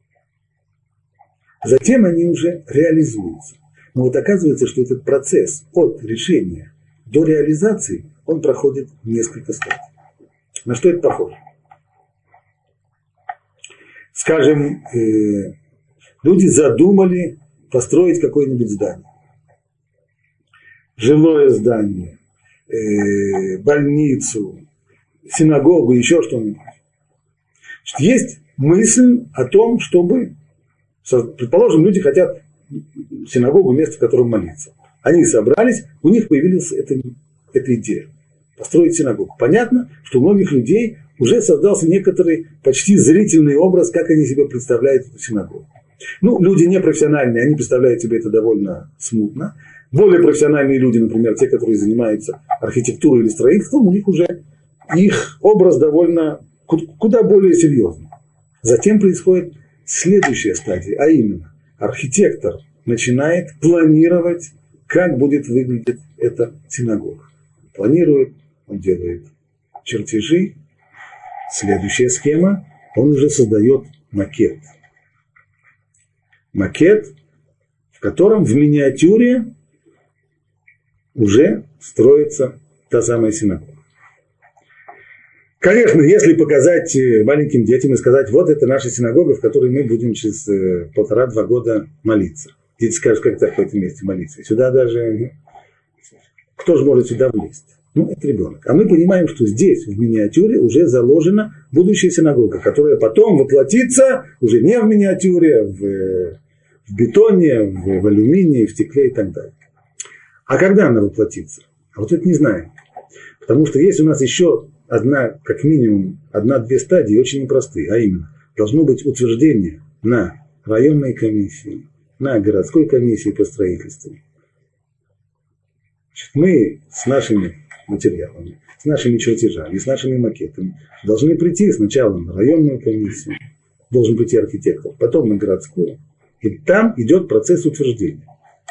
Speaker 1: Затем они уже реализуются. Но вот оказывается, что этот процесс от решения до реализации, он проходит несколько стадий. На что это похоже? Скажем, э, люди задумали построить какое-нибудь здание. Жилое здание, э, больницу, синагогу, еще что-нибудь. Значит, есть мысль о том, чтобы, предположим, люди хотят синагогу, место, в котором молиться. Они собрались, у них появилась эта, эта идея построить синагогу. Понятно, что у многих людей уже создался некоторый почти зрительный образ, как они себе представляют эту синагогу. Ну, люди непрофессиональные, они представляют себе это довольно смутно. Более профессиональные люди, например, те, которые занимаются архитектурой или строительством, у них уже их образ довольно, куда более серьезный. Затем происходит следующая стадия, а именно архитектор начинает планировать, как будет выглядеть эта синагога. Планирует, он делает чертежи. Следующая схема, он уже создает макет. Макет, в котором в миниатюре уже строится та самая синагога. Конечно, если показать маленьким детям и сказать, вот это наша синагога, в которой мы будем через полтора-два года молиться. Дети скажут, как так в этом месте молиться. Сюда даже, кто же может сюда влезть? Ну, это ребенок. А мы понимаем, что здесь, в миниатюре, уже заложена будущая синагога, которая потом воплотится уже не в миниатюре, в, в бетоне, в, в алюминии, в стекле и так далее. А когда она воплотится? А вот это не знаем. Потому что есть у нас еще одна, как минимум, одна-две стадии очень непростые. А именно, должно быть утверждение на районной комиссии, на городской комиссии по строительству. Значит, мы с нашими материалами, с нашими чертежами, с нашими макетами должны прийти сначала на районную комиссию, должен прийти архитектор, потом на городскую, и там идет процесс утверждения.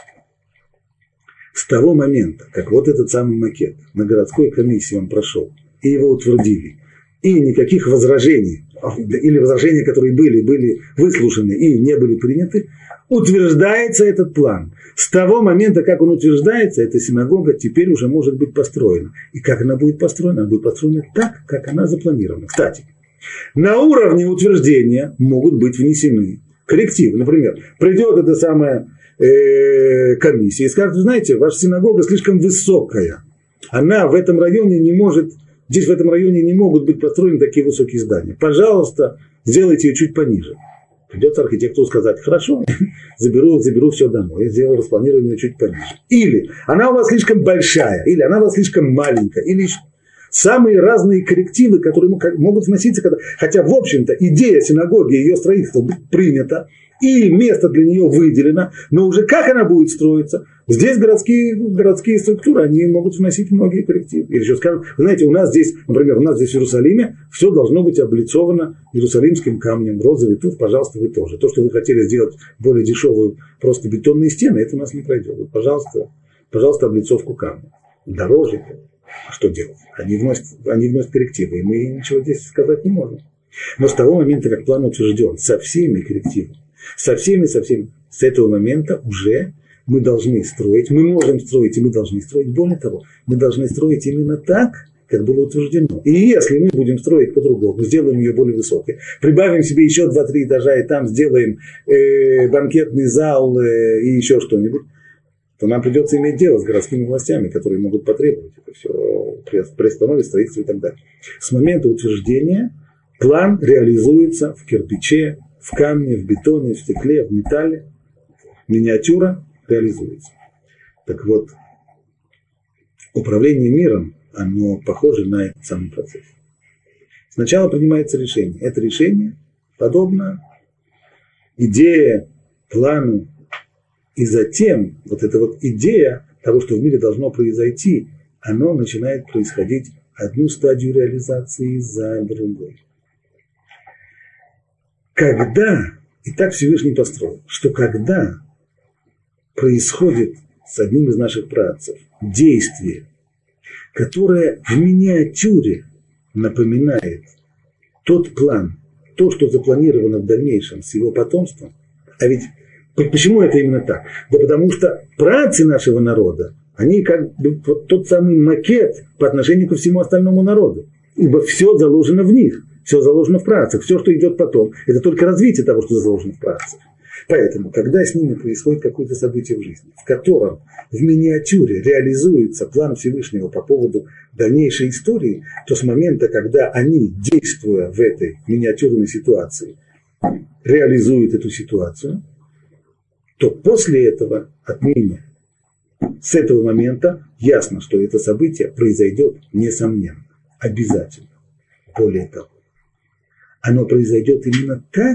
Speaker 1: С того момента, как вот этот самый макет на городской комиссии он прошел, и его утвердили, и никаких возражений, или возражения, которые были, были выслушаны и не были приняты, утверждается этот план. С того момента, как он утверждается, эта синагога теперь уже может быть построена. И как она будет построена? Она будет построена так, как она запланирована. Кстати, на уровне утверждения могут быть внесены коррективы. Например, придет эта самая э, комиссия и скажет, знаете, ваша синагога слишком высокая. Она в этом районе не может, здесь в этом районе не могут быть построены такие высокие здания. Пожалуйста, сделайте ее чуть пониже. Придется архитектору сказать, хорошо, заберу, заберу все домой, сделаю распланирование чуть пониже. Или она у вас слишком большая, или она у вас слишком маленькая, или самые разные коррективы, которые могут вноситься, хотя, в общем-то, идея синагоги, ее строительство принята, и место для нее выделено, но уже как она будет строиться, здесь городские, городские структуры, они могут вносить многие коррективы. Или еще скажут, вы знаете, у нас здесь, например, у нас здесь в Иерусалиме все должно быть облицовано иерусалимским камнем, розовый туф, пожалуйста, вы тоже. То, что вы хотели сделать более дешевую, просто бетонные стены, это у нас не пройдет. Вот, пожалуйста, пожалуйста, облицовку камня. Дороже. А что делать? Они вносят, они вносят коррективы, и мы ничего здесь сказать не можем. Но с того момента, как план утвержден, со всеми коррективами, со всеми, со всеми, с этого момента уже мы должны строить, мы можем строить, и мы должны строить. Более того, мы должны строить именно так, как было утверждено. И если мы будем строить по-другому, сделаем ее более высокой, прибавим себе еще два-три этажа, и там сделаем э, банкетный зал э, и еще что-нибудь, то нам придется иметь дело с городскими властями, которые могут потребовать это все, приостановить строительство и так далее. С момента утверждения план реализуется в кирпиче, в камне, в бетоне, в стекле, в металле. Миниатюра реализуется. Так вот, управление миром, оно похоже на этот самый процесс. Сначала принимается решение. Это решение подобно идее, плану, и затем вот эта вот идея того, что в мире должно произойти, оно начинает происходить одну стадию реализации за другой. Когда, и так Всевышний построил, что когда происходит с одним из наших працев действие, которое в миниатюре напоминает тот план, то, что запланировано в дальнейшем с его потомством, а ведь почему это именно так? Да потому что працы нашего народа, они как бы тот самый макет по отношению ко всему остальному народу, ибо все заложено в них, все заложено в працах, все, что идет потом, это только развитие того, что заложено в працах. Поэтому, когда с ними происходит какое-то событие в жизни, в котором в миниатюре реализуется план Всевышнего по поводу дальнейшей истории, то с момента, когда они, действуя в этой миниатюрной ситуации, реализуют эту ситуацию, то после этого отныне, с этого момента, ясно, что это событие произойдет несомненно, обязательно. Более того, оно произойдет именно так,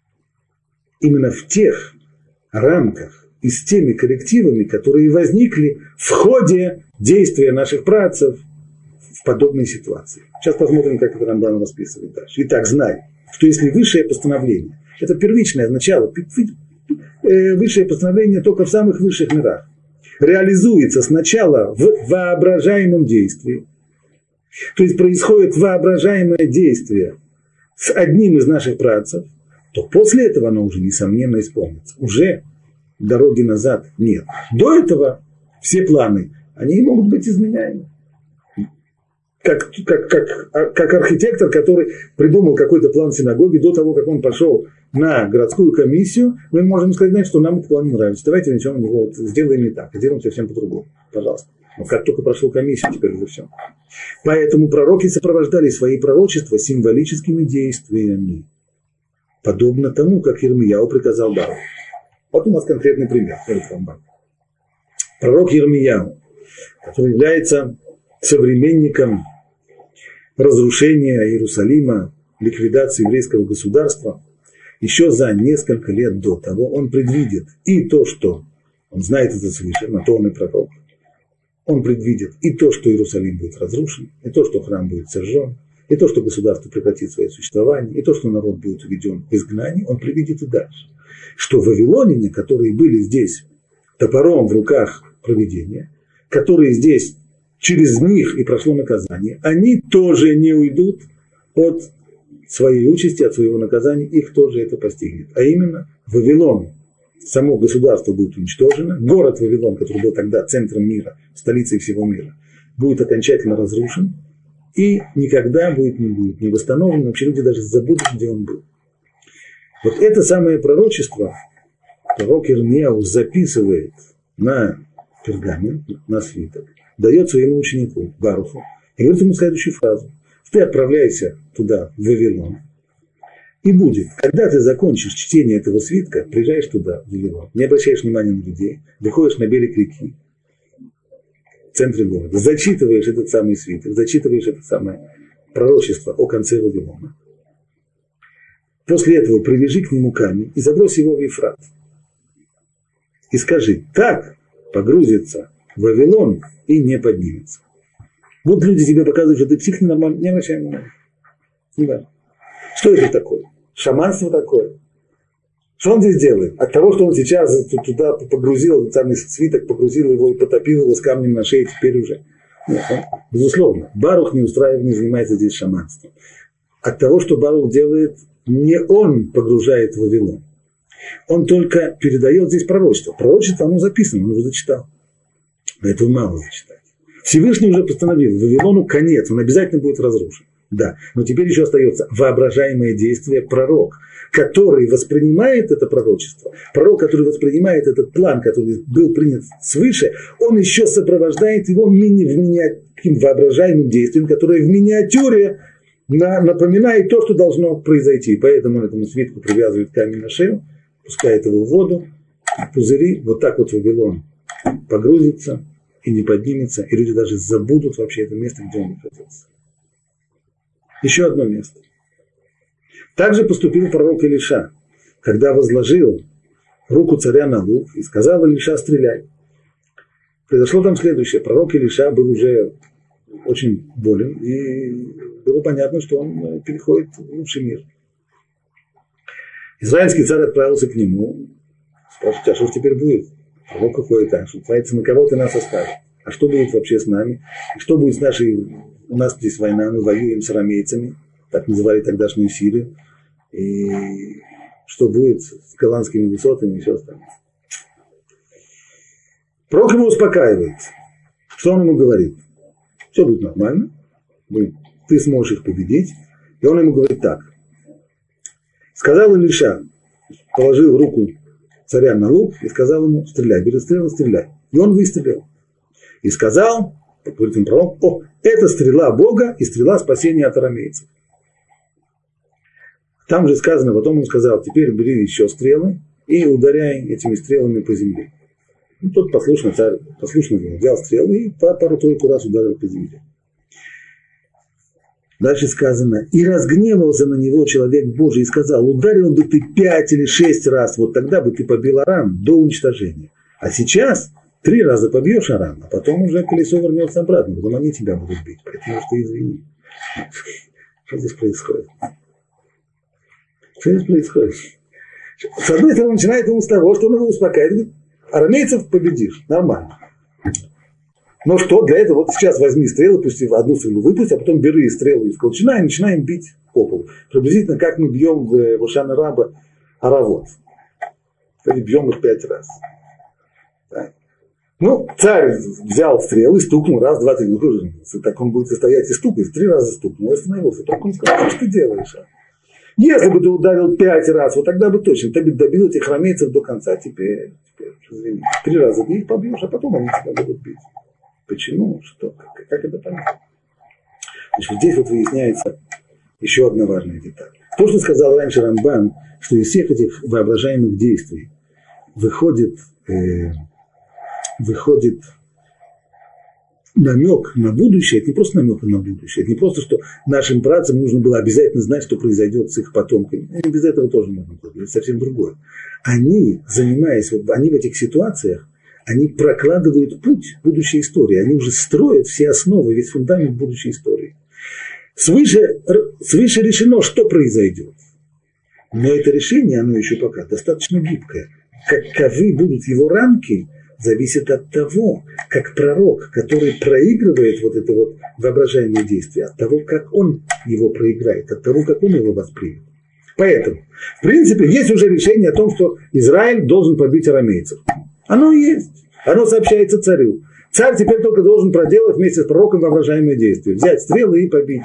Speaker 1: именно в тех рамках и с теми коррективами, которые возникли в ходе действия наших працев в подобной ситуации. Сейчас посмотрим, как это Рамбан расписывает дальше. Итак, знай, что если высшее постановление, это первичное начало, высшее постановление только в самых высших мирах, реализуется сначала в воображаемом действии, то есть происходит воображаемое действие с одним из наших працев, то после этого оно уже, несомненно, исполнится. Уже дороги назад нет. До этого все планы, они могут быть изменяемы. Как, как, как, как архитектор, который придумал какой-то план синагоги, до того, как он пошел на городскую комиссию, мы можем сказать, что нам этот план не нравится. Давайте начнем его, вот, сделаем не так, сделаем совсем по-другому. Пожалуйста. Но как только прошел комиссию, теперь уже все. Поэтому пророки сопровождали свои пророчества символическими действиями. Подобно тому, как Ирмияу приказал Баруху. Вот у нас конкретный пример. Пророк Ирмияу, который является современником разрушения Иерусалима, ликвидации еврейского государства, еще за несколько лет до того он предвидит и то, что он знает это свыше, на то он и пророк. Он предвидит и то, что Иерусалим будет разрушен, и то, что храм будет сожжен, и то, что государство прекратит свое существование, и то, что народ будет уведен в изгнание, он предвидит и дальше. Что вавилоняне, которые были здесь топором в руках провидения, которые здесь через них и прошло наказание, они тоже не уйдут от своей участи, от своего наказания, их тоже это постигнет. А именно, Вавилон, само государство будет уничтожено, город Вавилон, который был тогда центром мира, столицей всего мира, будет окончательно разрушен, и никогда будет, не будет не восстановлен, вообще люди даже забудут, где он был. Вот это самое пророчество пророк Ирмияу записывает на пергамент, на свиток, дает своему ученику Баруху и говорит ему следующую фразу. Ты отправляйся туда, в Вавилон, и будет, когда ты закончишь чтение этого свитка, приезжаешь туда, в Вавилон, не обращаешь внимания на людей, выходишь на берег реки, в центре города, зачитываешь этот самый свиток, зачитываешь это самое пророчество о конце Вавилона. После этого привяжи к нему камень и забрось его в Ефрат. И скажи, так погрузится Вавилон и не поднимется. Вот люди тебе показывают, что ты псих ненормальный, не обращай внимания. Не важно. Что это такое? Шаманство такое. Что он здесь делает? От того, что он сейчас туда погрузил, этот самый свиток, погрузил его и потопил его с камнем на шее, теперь уже. Нет, он, безусловно, Барух не устраивает, не занимается здесь шаманством. От того, что Барух делает, не он погружает в Вавилон. Он только передает здесь пророчество. Пророчество, оно записано, он его зачитал. Но этого мало зачитать. Всевышний уже постановил, Вавилону конец, он обязательно будет разрушен. Да, но теперь еще остается воображаемое действие пророк, который воспринимает это пророчество, пророк, который воспринимает этот план, который был принят свыше, он еще сопровождает его мини, в мини, таким воображаемым действием, которое в миниатюре на, напоминает то, что должно произойти. Поэтому он этому свитку привязывает камень на шею, пускает его в воду, пузыри, вот так вот Вавилон погрузится и не поднимется, и люди даже забудут вообще это место, где он находился. Еще одно место. Также поступил пророк Илиша, когда возложил руку царя на лук и сказал Илиша: стреляй. Произошло там следующее. Пророк Илиша был уже очень болен, и было понятно, что он переходит в лучший мир. Израильский царь отправился к нему, спрашивает: а что теперь будет? Пророк какой-то, что называется, на кого ты нас оставишь? А что будет вообще с нами? И что будет с нашей... У нас здесь война, мы воюем с арамейцами, так называли тогдашнюю Сирию. И что будет с голландскими высотами и все остальное. Пророк ему успокаивает. Что он ему говорит? Все будет нормально, ты сможешь их победить. И он ему говорит так. Сказал Илиша, положил руку царя на лук и сказал ему: стреляй, бери стрелу, стреляй. И он выстрелил. И сказал, говорит им пророк: о, это стрела Бога и стрела спасения от арамейцев. Там же сказано, потом он сказал: теперь бери еще стрелы и ударяй этими стрелами по земле. И тот послушно, царь послушно взял стрелы и пару-тройку раз ударил по земле. Дальше сказано: и разгневался на него человек Божий и сказал: ударил бы ты пять или шесть раз, вот тогда бы ты побил Арам до уничтожения. А сейчас три раза побьешь Арам, а потом уже колесо вернется обратно, потом они тебя будут бить. Поэтому что извини. Что здесь происходит? Что здесь происходит? С одной стороны, начинает он с того, что он его успокаивает. Арамейцев победишь, нормально. Но что для этого? Вот сейчас возьми стрелы, пусть одну стрелу выпусти, а потом бери стрелы из колчана и начинаем бить по полу. Приблизительно как мы бьем в Ошана Раба Аравот. Кстати, бьем их пять раз. Так. Ну, царь взял стрелы, стукнул раз, два, три. Ну, так он будет стоять и стукнуть. Три раза стукнул, остановился. Так он сказал: что ты делаешь? А? Если бы ты ударил пять раз, вот тогда бы точно, ты бы добил этих арамейцев до конца. Теперь, теперь извини, три раза ты их побьешь, а потом они тебя будут бить. Почему? Что? Как, как это понять? Значит, вот здесь вот выясняется еще одна важная деталь. То, что сказал раньше Рамбан, что из всех этих воображаемых действий выходит, э, выходит намек на будущее, это не просто намек на будущее, это не просто, что нашим братцам нужно было обязательно знать, что произойдет с их потомками. И без этого тоже можно было, это совсем другое. Они, занимаясь, вот, они в этих ситуациях, они прокладывают путь будущей истории, они уже строят все основы, весь фундамент будущей истории. Свыше, свыше решено, что произойдет. Но это решение, оно еще пока достаточно гибкое. Каковы будут его рамки, зависит от того, как пророк, который проигрывает вот это вот воображаемое действие, от того, как он его проиграет, от того, как он его воспримет. Поэтому, в принципе, есть уже решение о том, что Израиль должен побить арамейцев. Оно есть. Оно сообщается царю. Царь теперь только должен проделать вместе с пророком воображаемое действие. Взять стрелы и побить.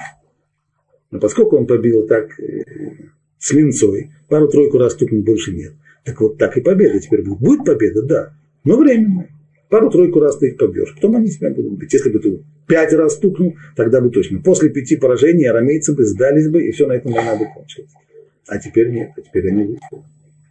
Speaker 1: Но поскольку он побил так э, с линцой, пару-тройку раз стукнуть больше нет. Так вот так и победа теперь будет. Будет победа, да. Но временная. Пару-тройку раз ты их побьешь. Потом они тебя будут бить. Если бы ты пять раз стукнул, тогда бы точно. После пяти поражений арамейцы бы сдались бы, и все на этом война бы кончилась. А теперь нет. А теперь они вышли.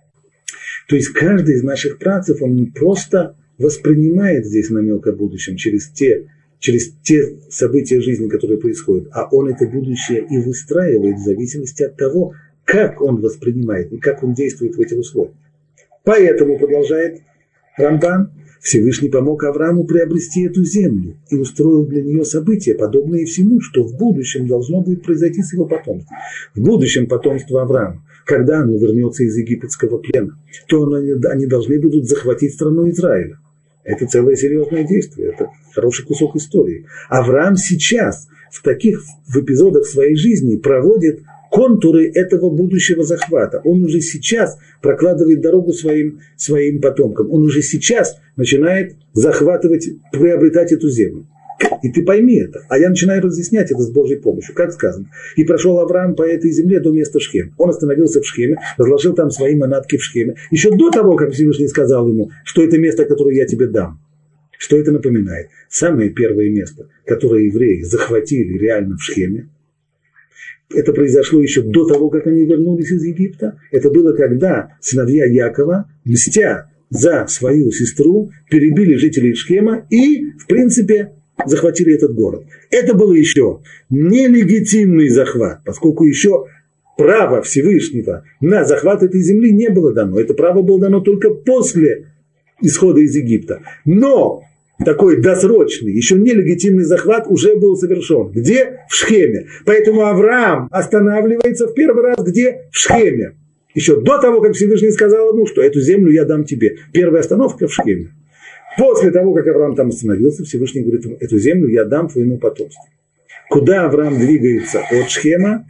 Speaker 1: То есть каждый из наших працев, он не просто воспринимает здесь намек о будущем через те, через те события жизни, которые происходят, а он это будущее и выстраивает в зависимости от того, как он воспринимает и как он действует в этих условиях. Поэтому, продолжает Рамбан, Всевышний помог Аврааму приобрести эту землю и устроил для нее события, подобные всему, что в будущем должно будет произойти с его потомством. В будущем потомство Авраама, когда оно вернется из египетского плена, то они должны будут захватить страну Израиля. Это целое серьезное действие, это хороший кусок истории. Авраам сейчас в таких в эпизодах своей жизни проводит контуры этого будущего захвата. Он уже сейчас прокладывает дорогу своим, своим потомкам. Он уже сейчас начинает захватывать, приобретать эту землю. И ты пойми это. А я начинаю разъяснять это с Божьей помощью. Как сказано. И прошел Авраам по этой земле до места Шхем. Он остановился в Шхеме, разложил там свои манатки в Шхеме. Еще до того, как Всевышний сказал ему, что это место, которое я тебе дам. Что это напоминает? Самое первое место, которое евреи захватили реально в Шхеме, это произошло еще до того, как они вернулись из Египта. Это было, когда сыновья Якова, мстя за свою сестру, перебили жителей Шхема и, в принципе, захватили этот город. Это было еще нелегитимный захват, поскольку еще право Всевышнего на захват этой земли не было дано. Это право было дано только после исхода из Египта. Но такой досрочный, еще нелегитимный захват уже был совершен. Где? В Шхеме. Поэтому Авраам останавливается в первый раз где? В Шхеме. Еще до того, как Всевышний сказал ему, что эту землю я дам тебе. Первая остановка в Шхеме. После того, как Авраам там остановился, Всевышний говорит ему, эту землю я дам твоему потомству. Куда Авраам двигается от Шхема?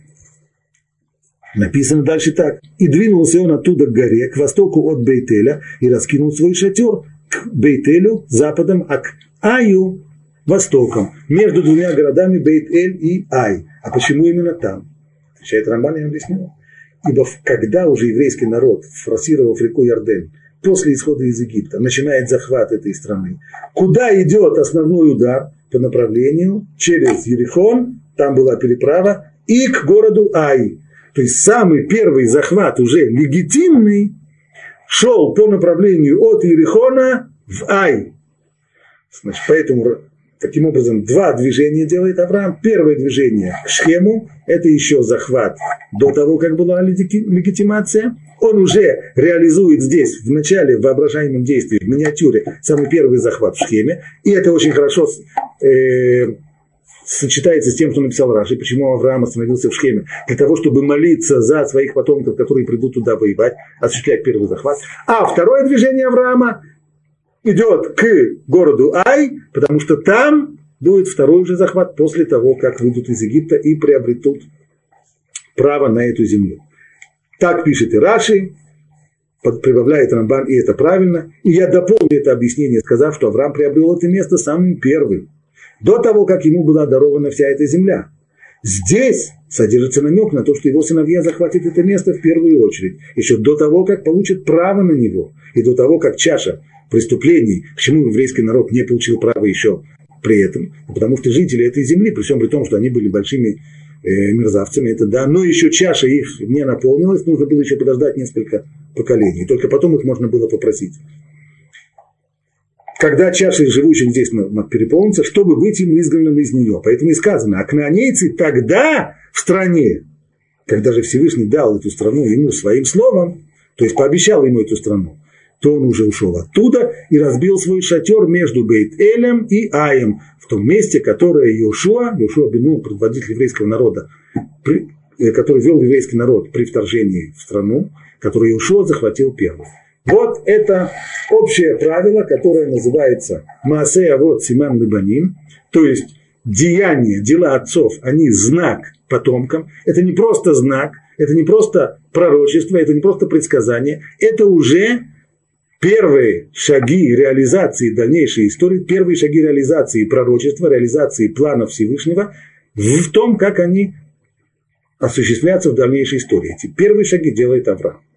Speaker 1: Написано дальше так. И двинулся он оттуда к горе, к востоку от Бейтеля, и раскинул свой шатер к Бейтелю западом, а к Аю востоком, между двумя городами Бейт-Эль и Ай. А почему именно там? Отвечает Рамбан, я объяснил. Ибо когда уже еврейский народ, форсировав реку Ярден, после исхода из Египта, начинает захват этой страны, куда идет основной удар? По направлению через Ерихон, там была переправа, и к городу Ай. То есть самый первый захват, уже легитимный, шел по направлению от Ерихона в Ай. Значит, поэтому, таким образом, два движения делает Авраам. Первое движение к Шхему, это еще захват до того, как была легитимация. Он уже реализует здесь, в начале, в воображаемом действии, в миниатюре, самый первый захват в Шхеме. И это очень хорошо э, сочетается с тем, что написал Раши, почему Авраам остановился в Шхеме. Для того, чтобы молиться за своих потомков, которые придут туда воевать, осуществлять первый захват. А второе движение Авраама идет к городу Ай, потому что там будет второй уже захват после того, как выйдут из Египта и приобретут право на эту землю. Так пишет и Раши, прибавляет Рамбан, и это правильно. И я дополню это объяснение, сказав, что Авраам приобрел это место самым первым, до того, как ему была дарована вся эта земля. Здесь содержится намек на то, что его сыновья захватят это место в первую очередь, еще до того, как получат право на него, и до того, как чаша преступлений, к чему еврейский народ не получил права еще при этом, потому что жители этой земли, при всем при том, что они были большими э, мерзавцами, это да, но еще чаша их не наполнилась, нужно было еще подождать несколько поколений, только потом их можно было попросить. Когда чаша живущих здесь переполнится, чтобы быть им изгнанным из нее. Поэтому и сказано, а кнаанейцы тогда в стране, когда же Всевышний дал эту страну ему своим словом, то есть пообещал ему эту страну, то он уже ушел оттуда и разбил свой шатер между Бейт-Элем и Аем, в том месте, которое Йошуа, Йошуа бен Нун, предводитель еврейского народа, при, который вел еврейский народ при вторжении в страну, который Йошуа захватил первым. Вот это общее правило, которое называется Маасей Авот Симан Лебаним, то есть деяния, дела отцов, они знак потомкам. Это не просто знак, это не просто пророчество, это не просто предсказание, это уже первые шаги реализации дальнейшей истории, первые шаги реализации пророчества, реализации планов Всевышнего в том, как они осуществляются в дальнейшей истории. Эти первые шаги делает Авраам.